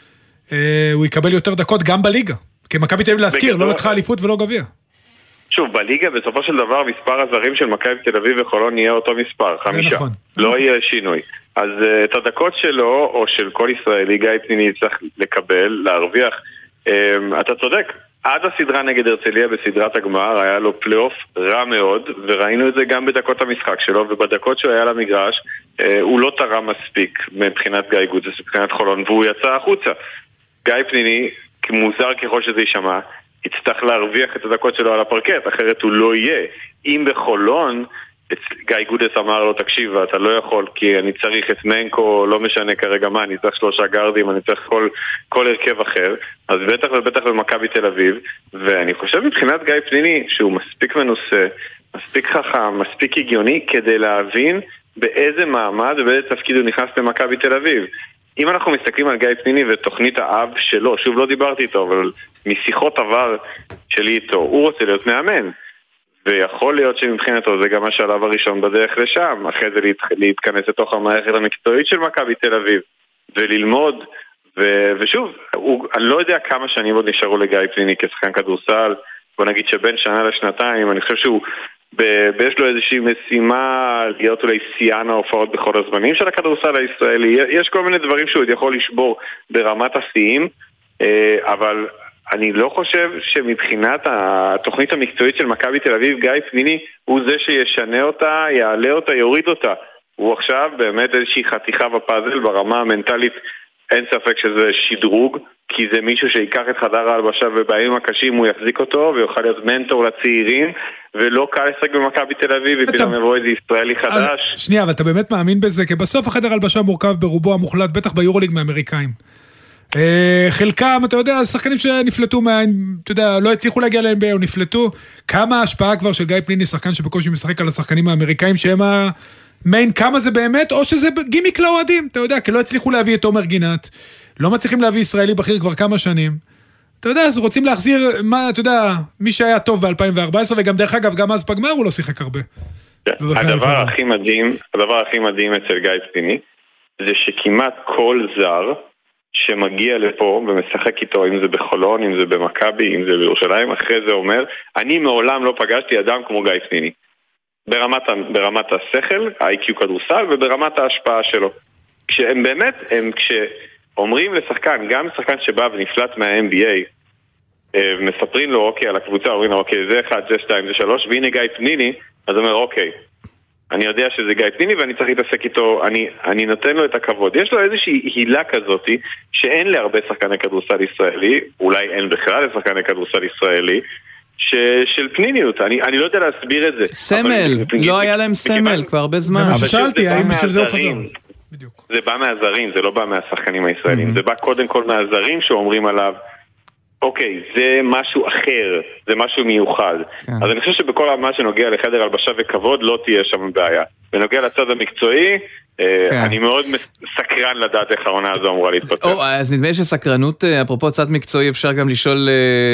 הוא יקבל יותר דקות גם בליגה. כי מכבי תל אביב להזכיר, לא לקחה אליפות ולא גביע. שוב, בליגה בסופו של דבר מספר הזרים של מכבי תל אביב וחולון יהיה אותו מספר, חמישה. נכון. לא יהיה שינוי. אז uh, את הדקות שלו, או של כל ישראלי, גיא פניני צריך לקבל, להרוויח. Um, אתה צודק, עד הסדרה נגד הרצליה בסדרת הגמר, היה לו פלייאוף רע מאוד, וראינו את זה גם בדקות המשחק שלו, ובדקות שהוא היה למגרש, uh, הוא לא תרם מספיק מבחינת גיא גודס, מבחינת חולון, והוא יצא החוצה. גיא פניני, מוזר ככל שזה יישמע, יצטרך להרוויח את הדקות שלו על הפרקט, אחרת הוא לא יהיה. אם בחולון, גיא גודס אמר לו, תקשיב, אתה לא יכול, כי אני צריך את מנקו, לא משנה כרגע מה, אני צריך שלושה גרדים, אני צריך כל, כל הרכב אחר, אז בטח ובטח במכבי תל אביב, ואני חושב מבחינת גיא פניני, שהוא מספיק מנוסה, מספיק חכם, מספיק הגיוני, כדי להבין באיזה מעמד ובאיזה תפקיד הוא נכנס למכבי תל אביב. אם אנחנו מסתכלים על גיא פניני ותוכנית האב שלו, שוב לא דיברתי איתו, אבל משיחות עבר שלי איתו, הוא רוצה להיות מאמן. ויכול להיות שמבחינתו זה גם השלב הראשון בדרך לשם, אחרי זה להת... להתכנס לתוך המערכת המקצועית של מכבי תל אביב, וללמוד, ו... ושוב, הוא... אני לא יודע כמה שנים עוד נשארו לגיא פניני כשחקן כדורסל, בוא נגיד שבין שנה לשנתיים, אני חושב שהוא ויש לו איזושהי משימה להיות אולי שיאן ההופעות בכל הזמנים של הכדורסל הישראלי. יש כל מיני דברים שהוא יכול לשבור ברמת השיאים, אבל אני לא חושב שמבחינת התוכנית המקצועית של מכבי תל אביב, גיא פניני הוא זה שישנה אותה, יעלה אותה, יוריד אותה. הוא עכשיו באמת איזושהי חתיכה בפאזל ברמה המנטלית, אין ספק שזה שדרוג, כי זה מישהו שיקח את חדר ההלבשה ובימים הקשים הוא יחזיק אותו ויוכל להיות מנטור לצעירים, ולא קל לשחק במכבי תל אביב ופתאום יבוא איזה ישראלי חדש. שנייה, אבל אתה באמת מאמין בזה? כי בסוף החדר ההלבשה מורכב ברובו המוחלט, בטח ביורוליג מאמריקאים. חלקם, אתה יודע, שחקנים שנפלטו, אתה יודע, לא הצליחו להגיע ל-אן בי איי או נפלטו. כמה ההשפעה כבר של גיא פניני, שחקן שבקושי משחק על השחקנים האמריקאים, שהם המיין, כמה זה באמת, או שזה גימיק לאוהדים, אתה יודע, כי לא הצליחו להביא את עומר גינת, לא מצליחים להביא ישראלי בכיר כבר כמה שנים. אתה יודע, אז רוצים להחזיר, מה, אתה יודע, מי שהיה טוב ב-אלפיים וארבע עשרה, וגם דרך אגב, גם אז בגמר הוא לא שיחק הרבה. הדבר הכי מדהים, הדבר הכי מדהים אצל גיא פניני, זה שכמעט כל זר שמגיע לפה ומשחק איתו, אם זה בחולון, אם זה במכבי, אם זה בירושלים, אחרי זה אומר, אני מעולם לא פגשתי אדם כמו גיא פניני. ברמת, ברמת השכל, ה-איי קיו כדורסל, וברמת ההשפעה שלו. כשהם באמת, הם כשאומרים לשחקן, גם שחקן שבא ונפלט מה-אן בי איי, מספרים לו, אוקיי, על הקבוצה, אומרים לו, אוקיי, זה אחד, זה שתיים, זה שלוש, והנה גיא פניני, אז אומר, אוקיי, אני יודע שזה גיא פניני ואני צריך להתעסק איתו, אני, אני נותן לו את הכבוד. יש לו איזושהי הילה כזאת שאין להרבה שחקני כדורסל ישראלי, אולי אין בכלל לשחקני כדורסל ישראלי, ש, של פניניות. אני, אני לא יודע להסביר את זה. סמל, לא היה להם סמל כבר הרבה זמן. זה מה ששאלתי, האם בשביל זה הוא חזר. זה בא מהזרים, זה לא בא מהשחקנים הישראלים. זה בא קודם כל מהזרים שאומרים עליו, אוקיי, זה משהו אחר, זה משהו מיוחד. אז אני חושב שבכל מה שנוגע לחדר הלבשה וכבוד לא תהיה שם בעיה. ונוגע לצד המקצועי, אני מאוד סקרן לדעת איך העונה הזו אמורה להתפתח. אז נדמה שסקרנות, אפרופו צד מקצועי, אפשר גם לשאול,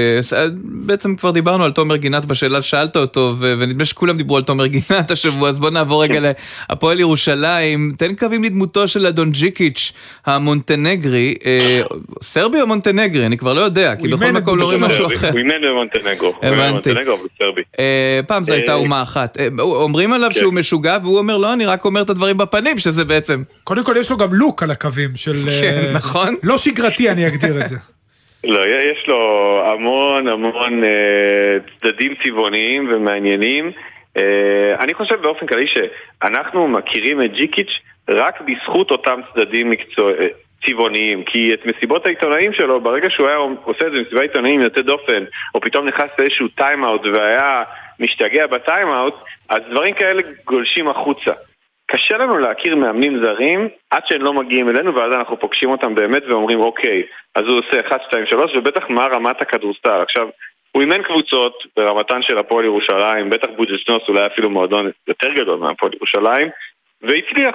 בעצם כבר דיברנו על תומר גינת בשאלה, שאלת אותו, ונדמה שכולם דיברו על תומר גינת השבוע, אז בואו נעבור רגע להפועל ירושלים. תן קווים לדמותו של אדון ג'יקיץ' המונטנגרי, סרבי או מונטנגרי? אני כבר לא יודע, כי בכל מקום לא רואים משהו אחר. הוא אימן במונטנגרו, במונטנגרו בסרבי. פעם זו הייתה אומה אחת. אומרים עליו שהוא משוגע, והוא אומר, לא, אני רק אומר את הדברים בפנים, שזה בעצם... קודם כל יש לו גם לוק על הקווים של... כן, נכון. לא שגרתי, אני אגדיר את זה. לא, יש לו המון המון צדדים צבעוניים ומעניינים. אני חושב באופן כללי שאנחנו מכירים את ג'יקיץ' רק בזכות אותם צדדים מקצועיים, צבעוניים, כי את מסיבות העיתונאים שלו, ברגע שהוא היה עושה את זה מסיבה עיתונאים יוצא דופן, או פתאום נכנס לאיזשהו טיים-אוט והיה משתגע בטיים-אוט, אז דברים כאלה גולשים החוצה. קשה לנו להכיר מאמנים זרים עד שהם לא מגיעים אלינו, ואז אנחנו פוגשים אותם באמת ואומרים, אוקיי, אז הוא עושה אחת, שתיים, שלוש, ובטח מה רמת הכדורסל. עכשיו, הוא אימן קבוצות ברמתן של הפועל ירושלים, בטח בוג'סנוס, אולי אפילו מועדון יותר גדול מהפועל ירושלים, והצליח.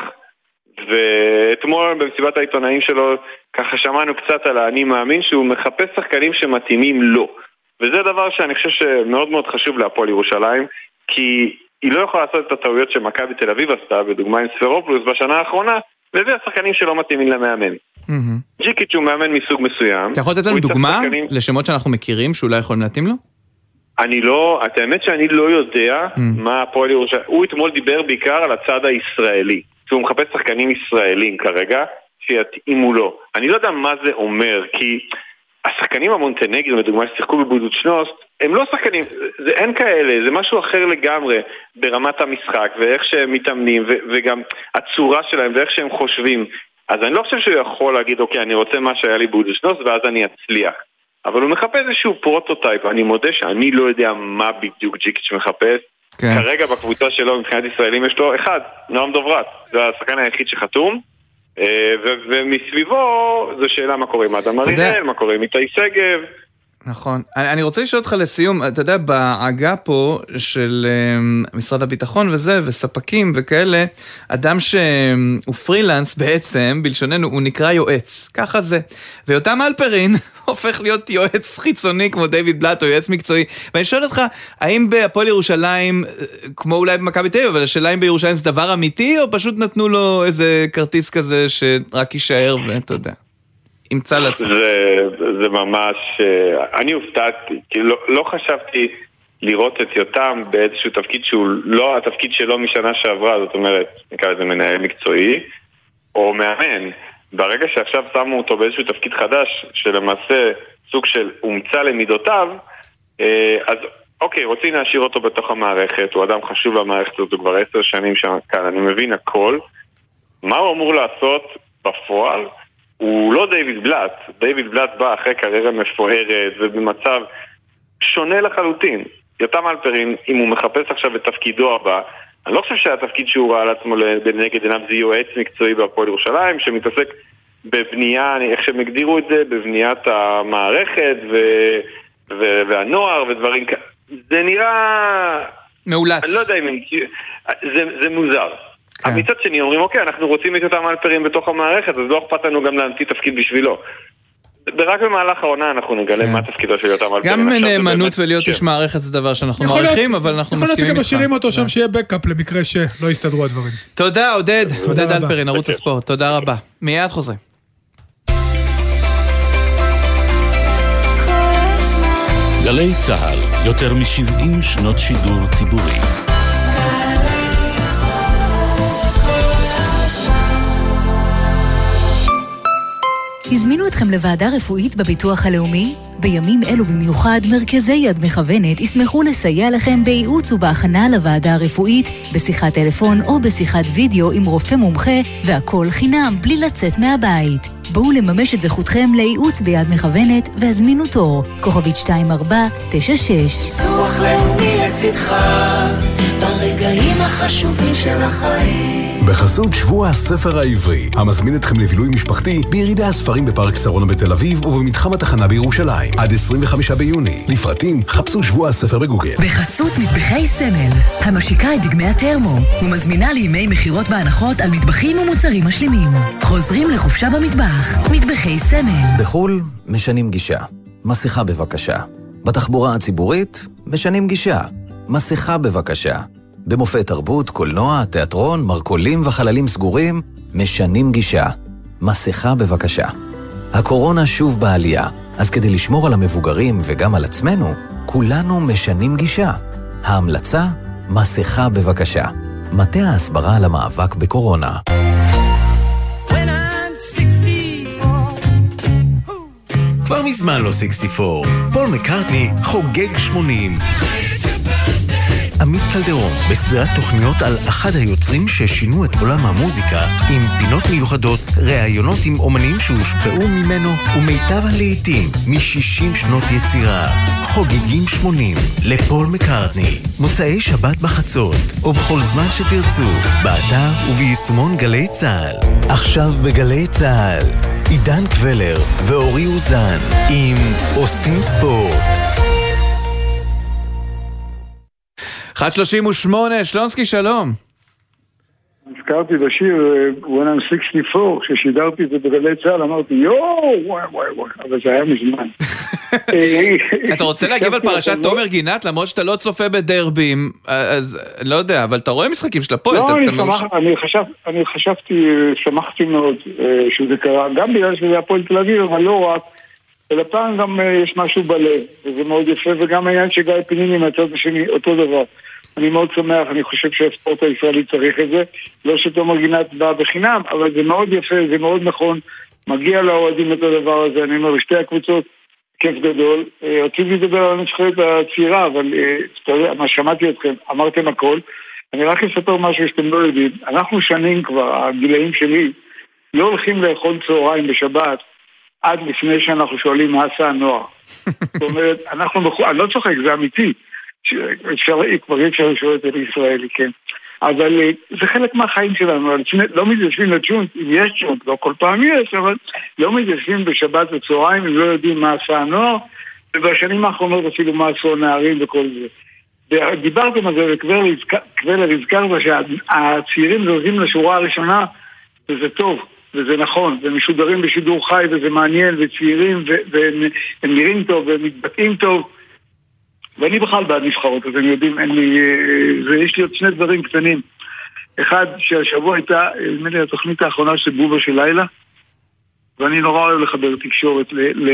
ואתמול במסיבת העיתונאים שלו, ככה שמענו קצת על האני מאמין שהוא מחפש שחקנים שמתאימים לו. וזה דבר שאני חושב שמאוד מאוד חשוב להפועל ירושלים, כי היא לא יכולה לעשות את הטעויות שמכבי תל אביב עשתה, בדוגמה עם ספרופלוס בשנה האחרונה, והביא השחקנים שלא מתאימים למאמן. ג'יקיץ' הוא מאמן מסוג מסוים. אתה יכול לתת לנו דוגמה לשמות שאנחנו מכירים, שאולי יכולים להתאים לו? אני לא, את האמת שאני לא יודע מה הפועל ירושלים. הוא אתמול דיבר בעיקר על הצד הישראלי. שהוא מחפש שחקנים ישראלים כרגע, שיתאימו לו. אני לא יודע מה זה אומר, כי השחקנים המונטנגרים, לדוגמה, ששיחקו בבודוצ'נוסט, הם לא שחקנים, זה, אין כאלה, זה משהו אחר לגמרי ברמת המשחק, ואיך שהם מתאמנים, ו- וגם הצורה שלהם, ואיך שהם חושבים. אז אני לא חושב שהוא יכול להגיד, אוקיי, אני רוצה מה שהיה לי בבודוצ'נוסט, ואז אני אצליח. אבל הוא מחפש איזשהו פרוטוטייפ, אני מודה שאני לא יודע מה בדיוק ג'יקיץ' מחפש, כן. כרגע בקבוצה שלו מבחינת ישראלים יש לו אחד, נועם דוברת, זה השחקן היחיד שחתום, ו- ומסביבו זו שאלה מה קורה עם אדם אריאל, מה קורה עם איתי שגב. נכון. אני, אני רוצה לשאול אותך לסיום, אתה יודע, בעגה פה של um, משרד הביטחון וזה, וספקים וכאלה, אדם שהוא פרילנס בעצם, בלשוננו, הוא נקרא יועץ. ככה זה. ויותם אלפרין הופך להיות יועץ חיצוני כמו דיוויד בלאט, או יועץ מקצועי. ואני שואל אותך, האם בהפועל ירושלים, כמו אולי במכבי תל אביב, אבל השאלה אם בירושלים זה דבר אמיתי, או פשוט נתנו לו איזה כרטיס כזה שרק יישאר ואתה יודע. ימצא לעצמו. זה, זה ממש, אני הופתעתי, כי לא, לא חשבתי לראות את יותם באיזשהו תפקיד שהוא לא התפקיד שלו משנה שעברה, זאת אומרת, נקרא לזה מנהל מקצועי, או מאמן. ברגע שעכשיו שמו אותו באיזשהו תפקיד חדש, שלמעשה סוג של הומצא למידותיו, אז אוקיי, רוצים להשאיר אותו בתוך המערכת, הוא אדם חשוב למערכת הזאת, הוא כבר עשר שנים שם כאן, אני מבין הכל. מה הוא אמור לעשות בפועל? הוא לא דיוויד בלאט, דיוויד בלאט בא אחרי קריירה מפוארת ובמצב שונה לחלוטין. יותם אלפרין, אם הוא מחפש עכשיו את תפקידו הבא, אני לא חושב שהתפקיד שהוא ראה על עצמו לנגד עיניו זה יועץ מקצועי בהפועל ירושלים, שמתעסק בבנייה, איך שהם הגדירו את זה, בבניית המערכת ו... ו... והנוער ודברים כאלה. זה נראה... מעולץ. אני לא יודע אם... זה, זה מוזר. כן. מצד שני אומרים, אוקיי, אנחנו רוצים את אותם אלפרים בתוך המערכת, אז לא אכפת לנו גם להמציא תפקיד בשבילו. רק במהלך העונה אנחנו נגלה כן. מה תפקידו של אותם אלפרים. גם נאמנות ולהיות איש מערכת זה דבר שאנחנו מעריכים, אבל אנחנו מסכימים איתך. יכול להיות שגם משאירים אותו שם שיהיה בקאפ למקרה שלא יסתדרו הדברים. תודה, עודד. עודד אלפרין, ערוץ הספורט. תודה רבה. מיד חוזרים. גלי צהל, יותר מ-שבעים שנות שידור ציבורי. הזמינו אתכם לוועדה רפואית בביטוח הלאומי? בימים אלו במיוחד, מרכזי יד מכוונת ישמחו לסייע לכם בייעוץ ובהכנה לוועדה הרפואית, בשיחת טלפון או בשיחת וידאו עם רופא מומחה, והכל חינם בלי לצאת מהבית. בואו לממש את זכותכם לייעוץ ביד מכוונת והזמינו תור. כוכבית שתיים ארבע תשע שש. ביטוח לאומי לצדך, ברגעים החשובים של החיים. בחסות שבוע הספר העברי, המזמין אתכם לבילוי משפחתי בירידי הספרים בפארק שרונה בתל אביב ובמתחם התחנה בירושלים, עד עשרים וחמישה ביוני. לפרטים, חפשו שבוע הספר בגוגל. בחסות מטבחי סמל, המשיקה את דגמי הטרמו, ומזמינה לימי מחירות בהנחות על מטבחים ומוצרים משלימים. חוזרים לחופשה במטבח, מטבחי סמל. בחול, משנים גישה. מסכה בבקשה. בתחבורה הציבורית, משנים גישה. מסכה בבקשה. במופעי תרבות, קולנוע, תיאטרון, מרקולים וחללים סגורים, משנים גישה. מסכה בבקשה. הקורונה שוב בעלייה, אז כדי לשמור על המבוגרים וגם על עצמנו, כולנו משנים גישה. ההמלצה, מסכה בבקשה. מטה ההסברה למאבק בקורונה. כבר מזמן לא שישים וארבע. פול מקרטני חוגג שמונים. עמית קלדרון בסדרת תוכניות על אחד היוצרים ששינו את עולם המוזיקה עם פינות מיוחדות, ראיונות עם אומנים שהושפעו ממנו ומיטב הלעיתים מ-שישים שנות יצירה. חוגגים שמונים לפול מקארטני, מוצאי שבת בחצות או בכל זמן שתרצו, באתר וביישומון גלי צהל. עכשיו בגלי צהל עידן קבלר ואורי אוזן עם עושים ספורט. אחת שלושים ושמונה, שלונסקי, שלום. הזכרתי בשיר When I'm שישים וארבע, כששידרתי את זה בגלי צהל, אמרתי יואו, וואי וואי וואי, אבל זה היה מזמן. אתה רוצה להגיב על פרשת תומר גינת, למרות שאתה לא צופה בדרבים, אז לא יודע, אבל אתה רואה משחקים של הפועל? לא, אני חשבתי, שמחתי מאוד שזה קרה, גם בגלל שזה הפועל תל אביב, אבל לא רק, אלא פעם גם יש משהו בלב, וזה מאוד יפה, וגם העניין שגיא פניני מהצד השני, אותו דבר. אני מאוד שמח, אני חושב שהספורט הישראלי צריך את זה, לא שתומר גינת בא בחינם, אבל זה מאוד יפה, זה מאוד נכון, מגיע לאוהדים את הדבר הזה, אני אומר, שתי הקבוצות, כיף גדול. רציתי לדבר על הנבחרת הצעירה, אבל אתה יודע, מה שמעתי אתכם, אמרתם הכל, אני רק אספר משהו שאתם לא יודעים, אנחנו שנים כבר, הגילאים שלי, לא הולכים לאכול צהריים בשבת, עד לפני שאנחנו שואלים מה עשה הנוער. זאת אומרת, אנחנו, אני לא צוחק, זה אמיתי, אפשר, כבר אי אפשר לשאול את זה לישראלי, כן. אבל זה חלק מהחיים שלנו, לא מתיישבים לצ'ונט, אם יש צ'ונט, לא כל פעם יש, אבל לא מתיישבים בשבת וצהריים, אם לא יודעים מה עשה הנוער, ובשנים האחרונות אפילו מה עשו הנערים וכל זה. דיברתם על זה, וכבר הזכרת שהצעירים זוזים לשורה הראשונה, וזה טוב. וזה נכון, ומשודרים בשידור חי, וזה מעניין, וצעירים, והם נראים טוב, והם מתבטאים טוב, ואני בכלל בעד נבחרות, אז הם יודעים, אין לי, ויש לי עוד שני דברים קטנים. אחד, שהשבוע הייתה, נדמה לי, התוכנית האחרונה של בובה של לילה, ואני נורא אוהב לחבר תקשורת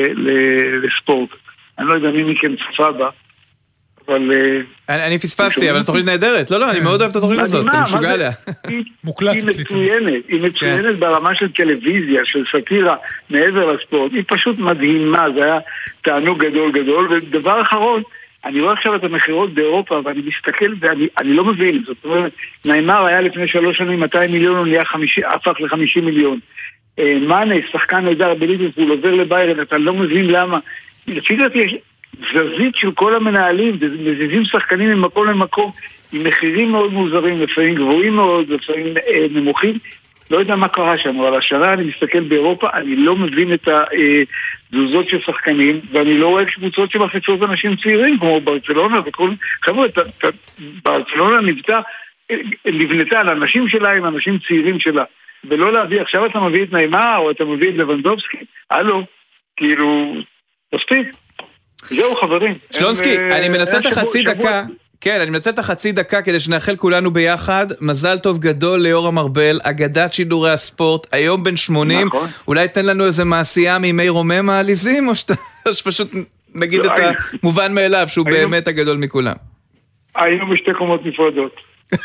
לספורט. אני לא יודע מי מכם צפה בה, אבל... אני פספסתי, אבל התוכנית נהדרת. לא, לא, אני מאוד אוהב את התוכנית הזאת, אני משוגע עליה. היא מצוינת, היא מצוינת ברמה של טלוויזיה, של סאטירה, מעבר לספורט. היא פשוט מדהימה, זה היה תענוג גדול גדול. ודבר אחרון, אני רואה עכשיו את המחירות באירופה, ואני מסתכל, ואני לא מבין. זאת אומרת, ניימר היה לפני שלוש שנים מאתיים מיליון, הוא נהיה הפך ל-חמישים מיליון. מאנה, שחקן נהדר בליברפול, עובר לביירן, אתה לא מבין למה. לפי דעתי יש זזית של כל המנהלים, מזיזים שחקנים ממקום למקום, עם מחירים מאוד מוזרים, לפעמים גבוהים מאוד, לפעמים אה, נמוכים. לא יודע מה קרה שם, אבל השנה אני מסתכל באירופה, אני לא מבין את התזוזות של שחקנים, ואני לא רואה קבוצות שמחליפות אנשים צעירים, כמו ברצלונה וכל... חבר'ה, ברצלונה נבטה, נבנתה לאנשים שלה עם אנשים צעירים שלה, ולא להביא, עכשיו אתה מביא את ניימר, או אתה מביא את לבנדובסקי, הלו, כאילו, תפתיק. זהו חברים. שלונסקי, אני מנצל את החצי דקה, כן, אני מנצל את החצי דקה כדי שנאחל כולנו ביחד, מזל טוב גדול ליורם ארבל, אגדת שידורי הספורט, היום בן שמונים, אולי תן לנו איזה מעשייה מימי רומם העליזים, או שפשוט נגיד את המובן מאליו, שהוא באמת הגדול מכולם. היינו בשתי קומות נפרדות.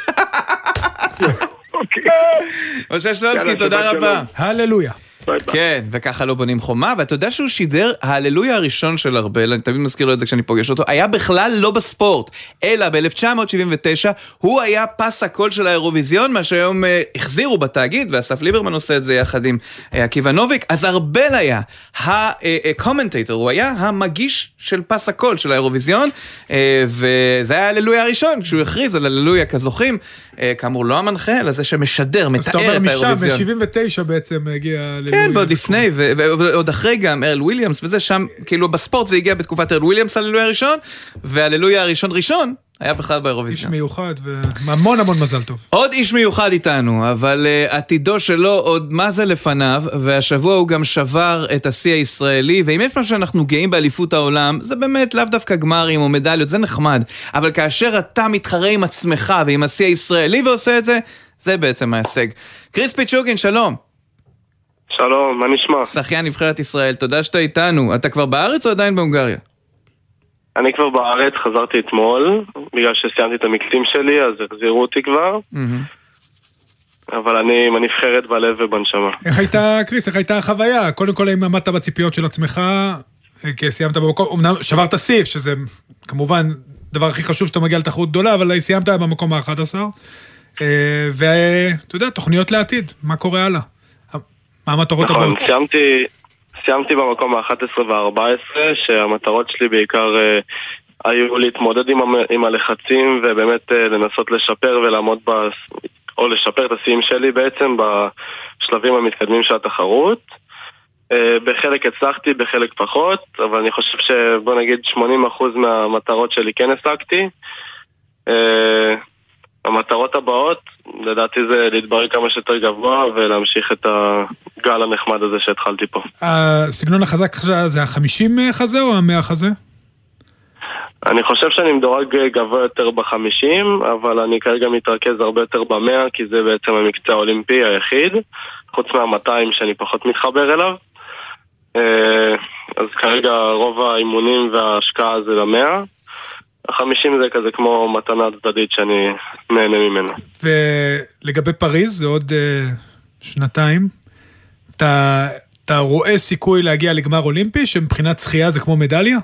משה שלונסקי, תודה רבה. הללויה. כן, וככה לא בונים חומה, ואתה יודע שהוא שידר, ההללויה הראשון של ארבל, אני תמיד מזכיר לו את זה כשאני פוגש אותו, היה בכלל לא בספורט, אלא ב-אלף תשע מאות שבעים ותשע, הוא היה פס הקול של האירוויזיון, מה שהיום אה, החזירו בתאגיד, ואסף ליברמן עושה את זה יחד עם אה, עקיבא נוביק, אז ארבל היה הקומנטייטר, הוא היה המגיש של פס הקול של האירוויזיון, אה, וזה היה ההללויה הראשון, כשהוא הכריז על הללויה כזוכים, אה, כאמור לא המנחה, אלא זה שמשדר, מתאר את האירוויזיון. אז אתה אומר משם, ב-שבעים ותשע בעצם הגיע... כן, ועוד לפני, ועוד אחרי גם, ארל וויליאמס, וזה שם, כאילו בספורט זה הגיע בתקופת ארל וויליאמס, הללויה הראשון, והללויה הראשון ראשון, היה בכלל באירוויזיון. איש מיוחד, והמון המון מזל טוב. עוד איש מיוחד איתנו, אבל עתידו שלו עוד מה זה לפניו, והשבוע הוא גם שבר את השיא הישראלי, ואם יש משהו שאנחנו גאים באליפות העולם, זה באמת לאו דווקא גמרים או מדליות, זה נחמד, אבל כאשר אתה מתחרה עם עצמך ועם השיא הישראלי ועושה את זה, זה בעצם ההישג. קריס פיצ'וקין, שלום. שלום, מה נשמע? שחיין נבחרת ישראל, תודה שאתה איתנו. אתה כבר בארץ או עדיין בהונגריה? אני כבר בארץ, חזרתי אתמול, בגלל שסיימתי את המקצים שלי, אז החזירו אותי כבר. אבל אני עם הנבחרת בלב ובנשמה. איך הייתה, קריס, איך הייתה החוויה? קודם כל, אם עמדת בציפיות של עצמך, כי סיימת במקום, אמנם שברת סיף, שזה כמובן הדבר הכי חשוב שאתה מגיע לתחרות גדולה, אבל סיימת במקום ה-אחד עשר. ואתה יודע, תוכניות לעתיד, מה קורה הלאה? מה המטרות הבאות? נכון, סיימתי, סיימתי במקום ה-אחת עשרה וה-ארבע עשרה, שהמטרות שלי בעיקר היו להתמודד עם, עם הלחצים, ובאמת לנסות לשפר ולעמוד ב... או לשפר את השיאים שלי בעצם בשלבים המתקדמים של התחרות. בחלק הצלחתי, בחלק פחות, אבל אני חושב שבוא נגיד שמונים אחוז מהמטרות שלי כן השגתי. המטרות הבאות, לדעתי זה להתברג כמה שיותר גבוה ולהמשיך את הגל הנחמד הזה שהתחלתי פה. הסגנון החזק זה ה-חמישים חזה או ה-מאה חזה? אני חושב שאני מדורג גבוה יותר ב-חמישים, אבל אני כרגע מתרכז הרבה יותר ב-מאה, כי זה בעצם המקצוע האולימפי היחיד, חוץ מה-מאתיים שאני פחות מתחבר אליו. אז כרגע רוב האימונים וההשקעה זה ל-מאה. ה-חמישים זה כזה כמו מתנה צדדית שאני נהנה ממנו. ולגבי פריז, זה עוד שנתיים, אתה, אתה רואה סיכוי להגיע לגמר אולימפי, שמבחינת שחייה זה כמו מדליה?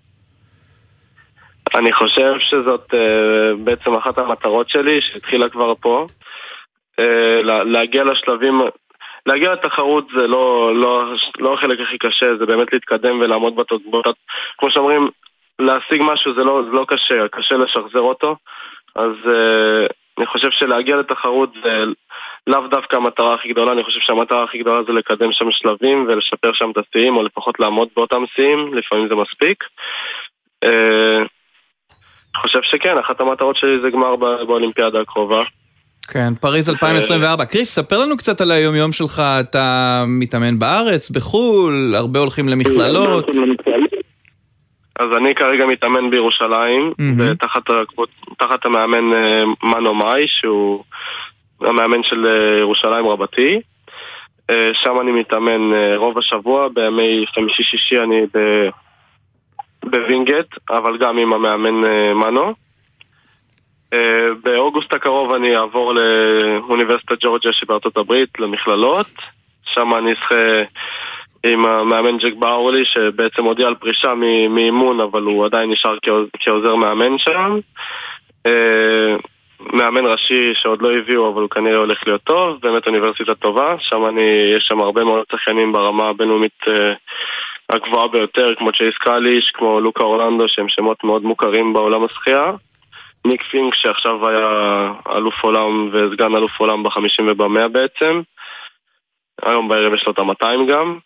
אני חושב שזאת uh, בעצם אחת המטרות שלי, שהתחילה כבר פה. Uh, להגיע לשלבים, להגיע לתחרות זה לא, לא, לא החלק הכי קשה, זה באמת להתקדם ולעמוד בתוצאות. כמו שאומרים, להשיג משהו זה לא, זה לא קשה, קשה לשחזר אותו. אז uh, אני חושב שלהגיע לתחרות זה לאו דווקא המטרה הכי גדולה, אני חושב שהמטרה הכי גדולה זה לקדם שם שלבים ולשפר שם את השיאים, או לפחות לעמוד באותם שיאים, לפעמים זה מספיק. Uh, אני חושב שכן, אחת המטרות שלי זה גמר באולימפיאדה הקרובה. כן, פריז אלפיים עשרים וארבע. קריס, ספר לנו קצת על היום יום שלך, אתה מתאמן בארץ, בחול, הרבה הולכים למכללות. אז אני כרגע מתאמן בירושלים, תחת המאמן מנו מאי, שהוא המאמן של ירושלים רבתי. שם אני מתאמן רוב השבוע, בימי חמישי-שישי אני ב... בווינגט, אבל גם עם המאמן מנו. באוגוסט הקרוב אני אעבור לאוניברסיטת ג'ורג'יה שבארצות הברית, למכללות. שם אני אשחה עם המאמן ג'ק באורלי, שבעצם הודיע על פרישה מאימון, אבל הוא עדיין נשאר כעוזר מאמן שם. מאמן ראשי שעוד לא הביאו, אבל הוא כנראה הולך להיות טוב. באמת אוניברסיטה טובה. שם אני, יש שם הרבה מאוד שחיינים ברמה הבינלאומית הגבוהה ביותר, כמו צ'ייס קליש, כמו לוקה אורלנדו, שהם שמות מאוד מוכרים בעולם השחייה. ניק פינק, שעכשיו היה אלוף עולם וסגן אלוף עולם בחמישים ובמאה בעצם. היום בערב יש לו את המאתיים גם.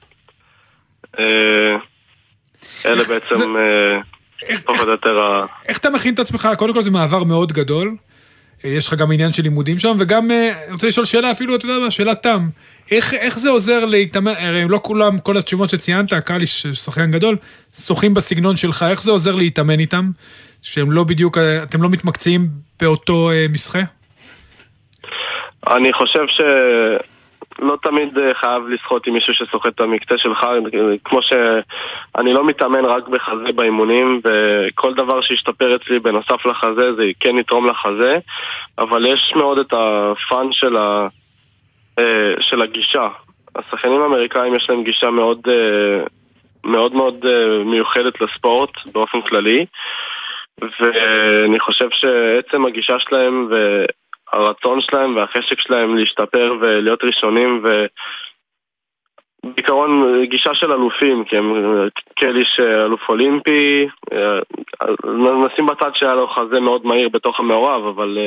אלה בעצם פחות יותר... איך אתה מכין את עצמך? קודם כל זה מעבר מאוד גדול. יש לך גם עניין של לימודים שם, וגם אני רוצה לשאול שאלה אפילו, אתה יודע מה, שאלה תם. איך, איך זה עוזר להתאמן, הרי לא כולם, כל התשובות שציינת, הקהל ששחיין גדול, שוחים בסגנון שלך, איך זה עוזר להתאמן איתם? שהם לא בדיוק, אתם לא מתמקצעים באותו משחה? אני חושב שלא תמיד חייב לשחות עם מישהו ששוחה את המקצה שלך, כמו שאני לא מתאמן רק בחזה באימונים, וכל דבר שישתפר אצלי בנוסף לחזה, זה כן יתרום לחזה, אבל יש מאוד את הפאן של ה... של הגישה. השחיינים האמריקאים יש להם גישה מאוד מאוד מאוד מיוחדת לספורט באופן כללי, ואני חושב שעצם הגישה שלהם והרצון שלהם והחשק שלהם להשתפר ולהיות ראשונים, ובעיקרון גישה של אלופים, כי הם קליש אלוף אולימפי, נשים בצד שהיה לו חזה מאוד מהיר בתוך המעורב, אבל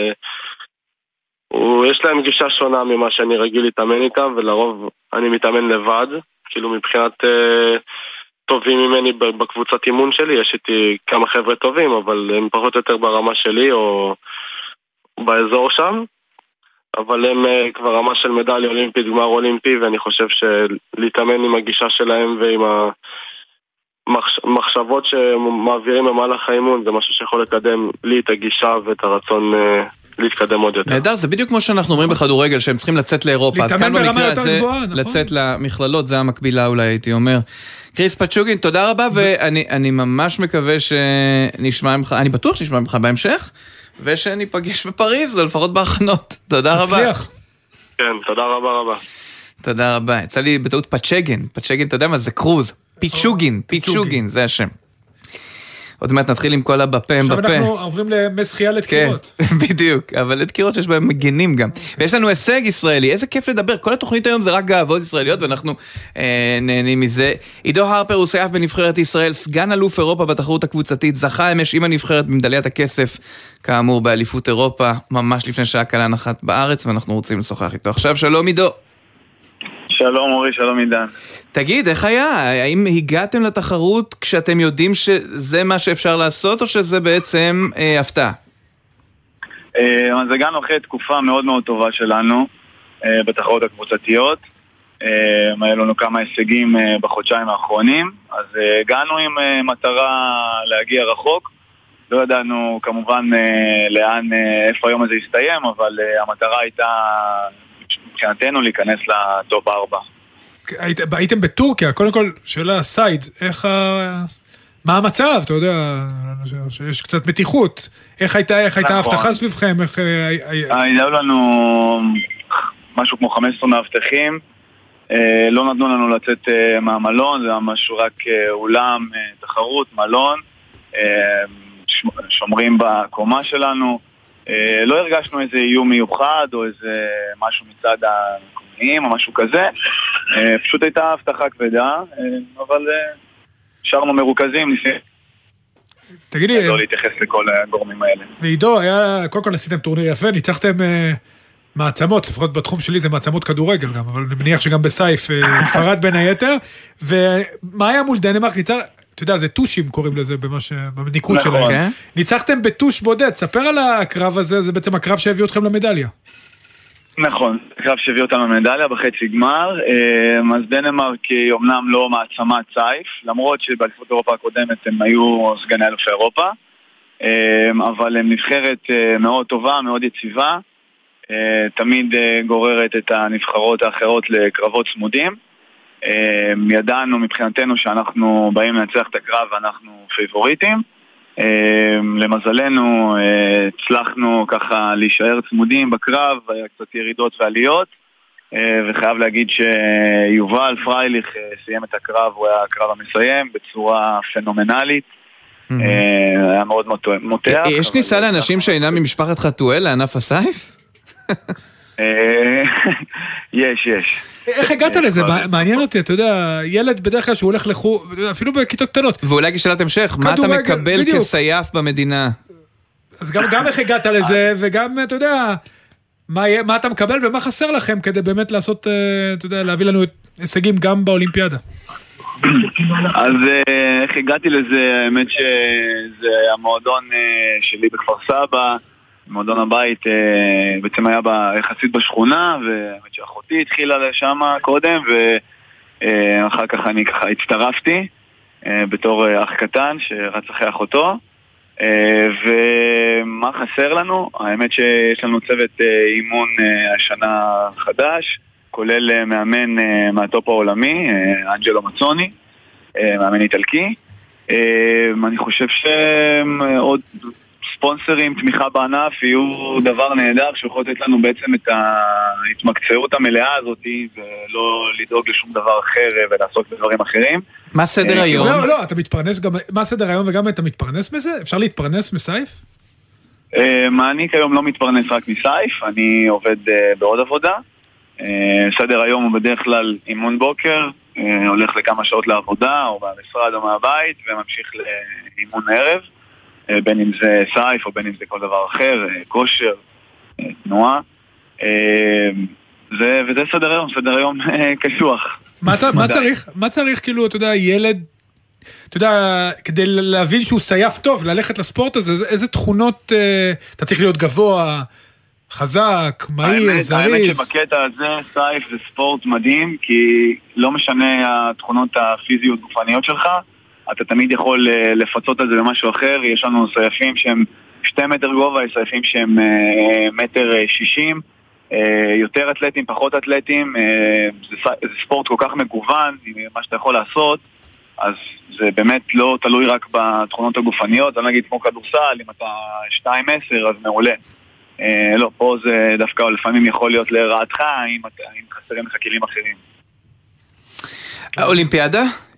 יש להם גישה שונה ממה שאני רגיל להתאמן איתה, ולרוב אני מתאמן לבד, כאילו מבחינת אה, טובים ממני בקבוצת אימון שלי, יש איתי כמה חבר'ה טובים, אבל הם פחות או יותר ברמה שלי או באזור שם, אבל הם אה, כבר רמה של מדליה אולימפית, גמר אולימפי, ואני חושב שלהתאמן עם הגישה שלהם ועם המחשבות שמעבירים במהלך האימון, זה משהו שיכול לקדם לי את הגישה ואת הרצון אה, להתקדם עוד יותר. נהדר, זה בדיוק כמו שאנחנו אומרים בכדורגל, שהם צריכים לצאת לאירופה, אז כאן במקרה הזה, לצאת למכללות, זה המקבילה אולי הייתי אומר. קריס פצ'וגין, תודה רבה, ואני ממש מקווה שנשמע ממך, אני בטוח שנשמע ממך בהמשך, ושניפגש בפריז, או לפחות בהכנות. תודה רבה. תצליח. כן, תודה רבה רבה. תודה רבה. יצא לי בטעות פצ'גין, פצ'גין, אתה יודע מה, זה קרוז. פיצ'וגין, פיצ'וגין, זה השם. עוד מעט נתחיל עם כל הבפה הם בפה. עכשיו אנחנו עוברים למסחייה לדקירות. כן, בדיוק, אבל לדקירות שיש בהם מגנים גם. ויש לנו הישג ישראלי, איזה כיף לדבר, כל התוכנית היום זה רק גאוות ישראליות, ואנחנו אה, נהנים מזה. עידו הרפר הוא סייף בנבחרת ישראל, סגן אלוף אירופה בתחרות הקבוצתית, זכה אמש עם הנבחרת במדליית הכסף, כאמור באליפות אירופה, ממש לפני שעה קלה נחת בארץ, ואנחנו רוצים לשוחח איתו. עכשיו שלום עידו. שלום אורי, שלום עידן. תגיד, איך היה? האם הגעתם לתחרות כשאתם יודעים שזה מה שאפשר לעשות, או שזה בעצם אה, הפתעה? אה, אז הגענו אחרי תקופה מאוד מאוד טובה שלנו אה, בתחרות הקבוצתיות. אה, היה לנו כמה הישגים אה, בחודשיים האחרונים, אז אה, הגענו עם אה, מטרה להגיע רחוק. לא ידענו כמובן אה, לאן, אה, איפה היום הזה יסתיים, אבל אה, המטרה הייתה מבחינתנו להיכנס לטופ ארבע. הייתם בטורקיה, קודם כל שאלה סייד, איך ה... מה המצב, אתה יודע, שיש קצת מתיחות, איך הייתה, איך הייתה ההבטחה סביבכם, איך... היו לנו משהו כמו חמש עשרה מאבטחים, לא נתנו לנו לצאת מהמלון, זה היה משהו רק אולם, תחרות, מלון, שומרים בקומה שלנו, לא הרגשנו איזה איום מיוחד או איזה משהו מצד המקומיים או משהו כזה, פשוט הייתה הבטחה כבדה, אבל שרנו מרוכזים, תגידי, לא להתייחס לכל הגורמים האלה. ועידו, היה, קודם כל עשיתם טורניר יפה, ניצחתם מעצמות, לפחות בתחום שלי זה מעצמות כדורגל גם, אבל אני מניח שגם בסייף, ספרד בין היתר, ומה היה מול דנמרק? ניצח... אתה יודע, זה טושים קוראים לזה במניקוד שלהם. ניצחתם בטוש בודד, ספר על הקרב הזה, זה בעצם הקרב שהביא אתכם למדליה. נכון, הקרב שהביא אותנו למדליה בחצי גמר, אז דנמרק היא אומנם לא מעצמת סייף, למרות שבאליפות אירופה הקודמת הם היו סגני אלוף אירופה, אבל הם נבחרת מאוד טובה, מאוד יציבה, תמיד גוררת את הנבחרות האחרות לקרבות צמודים, ידענו מבחינתנו שאנחנו באים לנצח את הקרב ואנחנו פייבוריטים. למזלנו הצלחנו ככה להישאר צמודים בקרב, היה קצת ירידות ועליות, וחייב להגיד שיובל פרייליך סיים את הקרב, הוא היה הקרב המסיים בצורה פנומנלית, היה מאוד מותח. יש ניסה לאנשים שאינם ממשפחת חתואל לענף הסייף? יש, יש. איך הגעת לזה? מעניין אותי, אתה יודע, ילד בדרך כלל שהוא הולך לחור, אפילו בכיתות קטנות. ואולי כשאלת המשך, מה אתה מקבל כסייף במדינה? אז גם איך הגעת לזה, וגם, אתה יודע, מה אתה מקבל ומה חסר לכם כדי באמת לעשות, אתה יודע, להביא לנו הישגים גם באולימפיאדה. אז איך הגעתי לזה, האמת שזה המועדון שלי בכפר סבא, מועדון הבית בעצם היה יחסית בשכונה, והאמת שאחותי התחילה לשם קודם, ואחר כך אני ככה הצטרפתי בתור אח קטן שרץ אחרי אחותו. ומה חסר לנו? האמת שיש לנו צוות אימון השנה חדש, כולל מאמן מהטופ העולמי, אנג'לו מצוני, מאמן איטלקי. אני חושב שעוד ספונסרים, תמיכה בענף, יהיו דבר נהדר שיכול לתת לנו בעצם את ההתמקצעות המלאה הזאת ולא לדאוג לשום דבר אחר ולעסוק בדברים אחרים. מה סדר היום? זהו, לא, אתה מתפרנס גם, מה סדר היום וגם אתה מתפרנס מזה? אפשר להתפרנס מסייף? אני כיום לא מתפרנס רק מסייף, אני עובד בעוד עבודה. סדר היום הוא בדרך כלל אימון בוקר, הולך לכמה שעות לעבודה או במשרד או מהבית וממשיך לאימון ערב. בין אם זה סייף או בין אם זה כל דבר אחר, כושר, תנועה, זה, וזה סדר היום, סדר היום קשוח. מה, אתה, מה צריך, מה צריך כאילו, אתה יודע, ילד, אתה יודע, כדי להבין שהוא סייף טוב, ללכת לספורט הזה, איזה תכונות, אתה צריך להיות גבוה, חזק, מהיר, זריז. האמת שבקטע הזה סייף זה ספורט מדהים, כי לא משנה התכונות הפיזיות גופניות שלך, אתה תמיד יכול לפצות על זה במשהו אחר. יש לנו סייפים שהם שתי מטר גובה, יש סייפים שהם מטר שישים, יותר אתלטים, פחות אתלטים. זה, זה ספורט כל כך מגוון, מה שאתה יכול לעשות, אז זה באמת לא תלוי רק בתכונות הגופניות. אני נגיד כמו כדורסל, אם אתה שתיים עשר אז מעולה. לא, פה זה דווקא לפעמים יכול להיות לרעתך, אם, אם חסרים לך כלים אחרים. האולימפיאדה?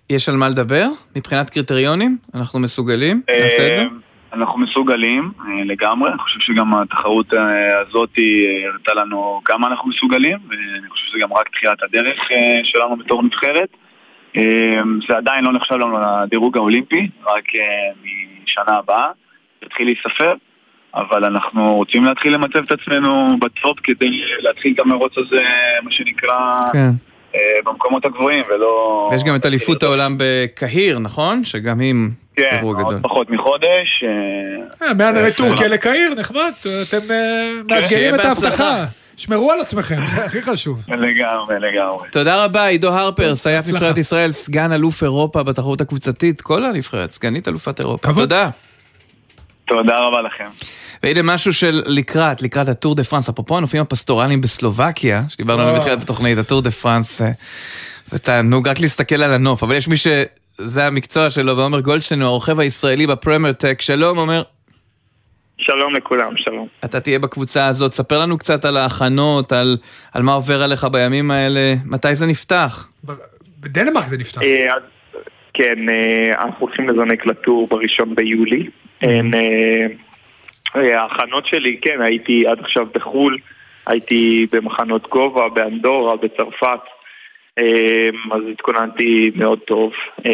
יש על מה לדבר? מבחינת קריטריונים? אנחנו מסוגלים? נעשה את זה? אנחנו מסוגלים לגמרי, אני חושב שגם התחרות הזאת הראתה לנו כמה אנחנו מסוגלים, ואני חושב שזה גם רק תחילת הדרך שלנו בתור נבחרת. זה עדיין לא נחשב לנו לדירוג האולימפי, רק משנה הבאה, תתחיל להיספר, אבל אנחנו רוצים להתחיל למצב את עצמנו בטופ כדי להתחיל את המרוץ הזה, מה שנקרא, כן. במקומות הגבוהים, ולא... ויש גם את אליפות העולם בקהיר, נכון? שגם היא אירוע גדול. כן, עוד פחות מחודש. מעל טורקיה לקהיר, נחמד, אתם מאתגרים את ההבטחה. שמרו על עצמכם, זה הכי חשוב. לגמרי, לגמרי. תודה רבה, עידו הרפר, סייף נבחרת ישראל, סגן אלוף אירופה בתחרות הקבוצתית, כל הנבחרת, סגנית אלופת אירופה. תודה. תודה רבה לכם. והנה משהו של לקראת, לקראת הטור דה פרנס, אפרופו הנופים הפסטורליים בסלובקיה, שדיברנו עליהם בתחילת התוכנית, הטור דה פרנס, זה תענוג רק להסתכל על הנוף, אבל יש מי שזה המקצוע שלו, ועומר גולדשטיין הוא הרוכב הישראלי בפרמייר טק, שלום עומר. שלום לכולם, שלום. אתה תהיה בקבוצה הזאת, ספר לנו קצת על ההכנות, על, על מה עובר עליך בימים האלה, מתי זה נפתח? בדנמרק זה נפתח. כן, אנחנו הולכים לזנק לטור בראשון ביולי. ההכנות שלי, כן, הייתי עד עכשיו בחול, הייתי במחנות גובה, באנדורה, בצרפת, אז התכוננתי מאוד טוב.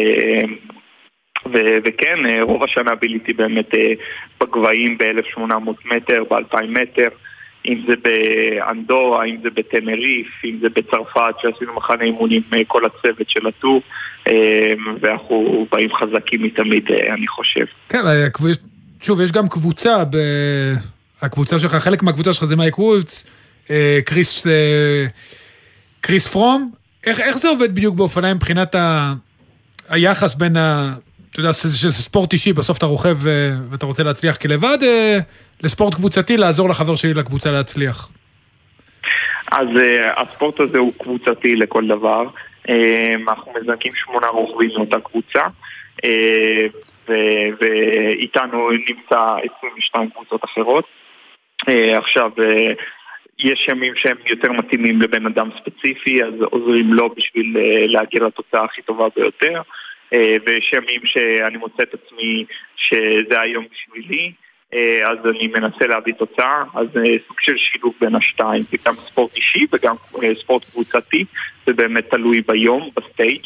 וכן, רוב השנה ביליתי באמת בגבהים ב-אלף שמונה מאות מטר, ב-אלפיים מטר, אם זה באנדורה, אם זה בטנריף, אם זה בצרפת, שעשינו מחנה אימונים כל הצוות של הטור, ואנחנו באים חזקים מתמיד, אני חושב. כן, שוב, יש גם קבוצה, הקבוצה שלך, חלק מהקבוצה שלך זה מייק וולץ, קריס, קריס פרום, איך, איך זה עובד בדיוק באופניים מבחינת ה, היחס בין ה... אתה יודע, שזה ספורט אישי, בסוף אתה רוכב ואתה רוצה להצליח כלבד, לספורט קבוצתי, לעזור לחבר שלי לקבוצה להצליח. אז הספורט הזה הוא קבוצתי לכל דבר. אנחנו מזנקים שמונה רוכבים מאותה קבוצה, ואיתנו נמצא עשרים ושתיים קבוצות אחרות. עכשיו, יש ימים שהם יותר מתאימים לבן אדם ספציפי, אז עוזרים לו בשביל להגיע לתוצאה הכי טובה ביותר. ויש ימים שאני מוצא את עצמי שזה היום בשבילי, אז אני מנסה להביא תוצאה, אז סוג של שילוב בין השתיים, זה גם ספורט אישי וגם ספורט קבוצתי, זה באמת תלוי ביום, בסטייג',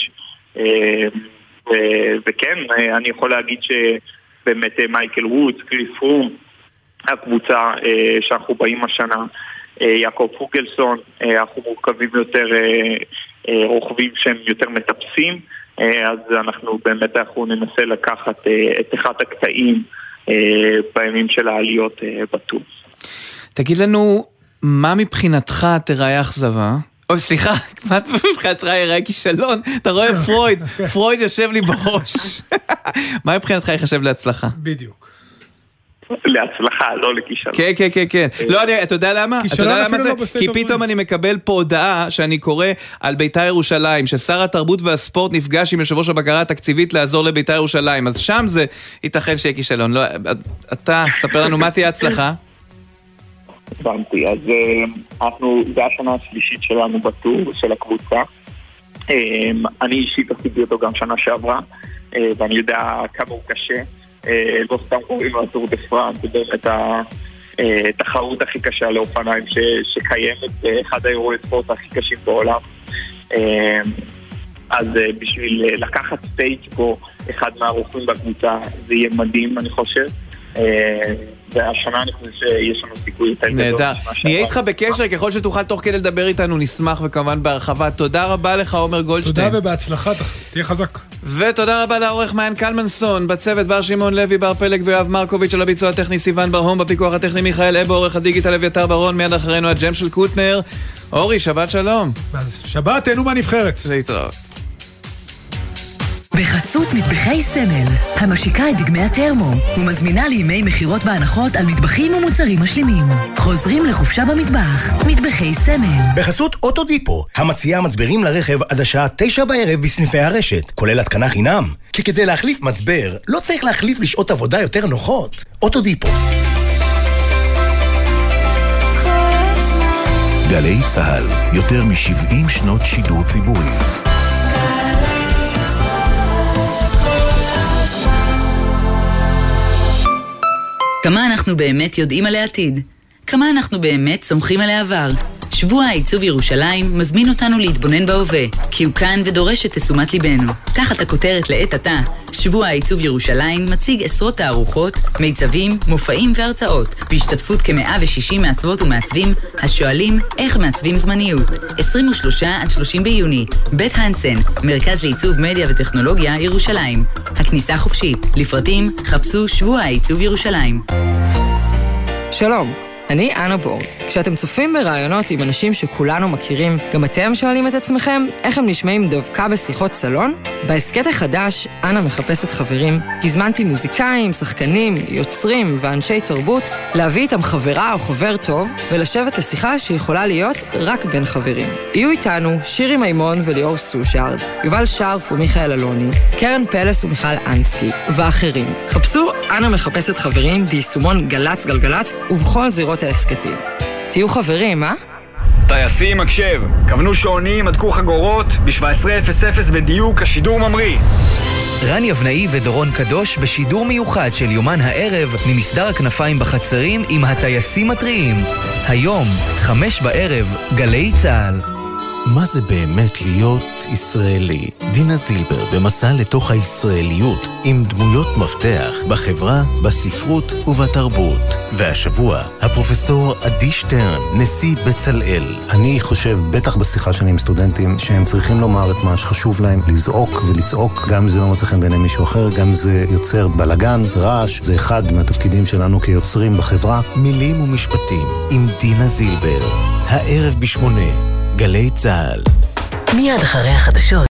וכן, אני יכול להגיד שבאמת מייקל וודס, קריס פרום, הקבוצה שאנחנו באים השנה, יעקב פוגלסון, אנחנו מורכבים יותר רוכבים שהם יותר מטפסים, אז אנחנו באמת אנחנו ננסה לקחת את אחד הקטעים בימים של העליות בטור. תגיד לנו, מה מבחינתך תראה אכזבה? או סליחה, מה מבחינתך יראה כישלון? אתה רואה פרויד, פרויד יושב לי בראש. מה מבחינתך יחשב להצלחה? בדיוק. להצלחה, לא לכישלון. כן, כן, כן, כן. לא, אתה יודע למה? אתה יודע למה זה? כי פתאום אני מקבל פה הודעה שאני קורא על בית"ר ירושלים, ששר התרבות והספורט נפגש עם יושב ראש הבקרה התקציבית לעזור לבית"ר ירושלים. אז שם זה ייתכן שיהיה כישלון. לא, אתה, ספר לנו מה תהיה הצלחה? הבנתי, אז אנחנו, זה השנה השלישית שלנו בטור, של הקבוצה. אני אישית עשיתי אותו גם שנה שעברה, ואני יודע כמה הוא קשה. לא סתם קוראים לו הטור דה פרנס, זה באמת התחרות הכי קשה לאופניים שקיימת, אחד האירועי ספורט הכי קשים בעולם. אז בשביל לקחת סטייג' בו אחד מהרוכבים בקבוצה, זה יהיה מדהים, אני חושב. והשנה אני חושב שיש לנו סיכוי יותר גדול. נהדר. נהיה איתך בקשר, ככל שתוכל תוך כדי לדבר איתנו, נשמח וכמובן בהרחבה. תודה רבה לך, עומר גולדשטיין. תודה ובהצלחה, תהיה חזק. ותודה רבה לעורך מעיין קלמנסון, בצוות בר שמעון לוי, בר פלג ויואב מרקוביץ', על הביצוע הטכני סיוון ברהום, בפיקוח הטכני מיכאל אבו, עורך הדיגיטל אביתר ברון, מיד אחרינו הג'ם של קוטנר. אורי, שבת שלום. שבת, תהנו מהנבחרת. להתראות. בחסות מטבחי סמל, המשיקה את דגמי הטרמו, ומזמינה לימי מחירות בהנחות על מטבחים ומוצרים משלימים. חוזרים לחופשה במטבח, מטבחי סמל. בחסות אוטודיפו, המציעה מצברים לרכב עד השעה תשע בערב בסניפי הרשת, כולל התקנה חינם. כי כדי להחליף מצבר, לא צריך להחליף לשעות עבודה יותר נוחות. אוטודיפו. גלי צהל, יותר מ-שבעים שנות שידור ציבורי. כמה אנחנו באמת יודעים על העתיד? כמה אנחנו באמת סומכים על העבר? שבוע העיצוב ירושלים מזמין אותנו להתבונן בהווה, כי הוא כאן ודורש את תשומת ליבנו. תחת הכותרת לעת עתה, שבוע העיצוב ירושלים מציג עשרות תערוכות, מיצבים, מופעים והרצאות, בהשתתפות כ-מאה ושישים מעצבות ומעצבים השואלים איך מעצבים זמניות. עשרים ושלושה עד שלושים ביוני, בית הנסן, מרכז לעיצוב מדיה וטכנולוגיה ירושלים. הכניסה חופשית. לפרטים חפשו שבוע העיצוב ירושלים. שלום, אני אנה בורט. כשאתם צופים ברעיונות עם אנשים שכולנו מכירים, גם אתם שואלים את עצמכם איך הם נשמעים דווקא בשיחות סלון? בהסקט החדש, אנה מחפשת חברים, הזמנתי מוזיקאים, שחקנים, יוצרים ואנשי תרבות להביא איתם חברה או חבר טוב ולשבת לשיחה שיכולה להיות רק בין חברים. יהיו איתנו שירי מימון וליאור סושארד, יובל שרף ומיכאל אלוני, קרן פלס ומיכל אנסקי ואחרים. חפשו אנה מחפשת חברים ביישומון גלץ גלגלץ ובכל זירות ההסקטים. תהיו חברים, אה? טייסים, מקשב, כוונו שעונים, עדכו חגורות, ב-שבע עשרה אפס אפס בדיוק, השידור ממריא. רן יבנאי ודורון קדוש בשידור מיוחד של יומן הערב ממסדר הכנפיים בחצרים עם הטייסים מטריעים. היום, חמש בערב, גלי צהל. מה זה באמת להיות ישראלי? דינה זילבר במסע לתוך הישראליות עם דמויות מפתח בחברה, בספרות ובתרבות. והשבוע, הפרופסור עדי שטרן, נשיא בצלאל. אני חושב, בטח בשיחה שלי עם סטודנטים, שהם צריכים לומר את מה שחשוב להם, לזעוק ולצעוק, גם אם זה לא מצא חן בעיני מישהו אחר, גם אם זה יוצר בלגן, רעש, זה אחד מהתפקידים שלנו כיוצרים בחברה. מילים ומשפטים עם דינה זילבר. הערב בשמונה. גלי צהל. מיד אחרי החדשות.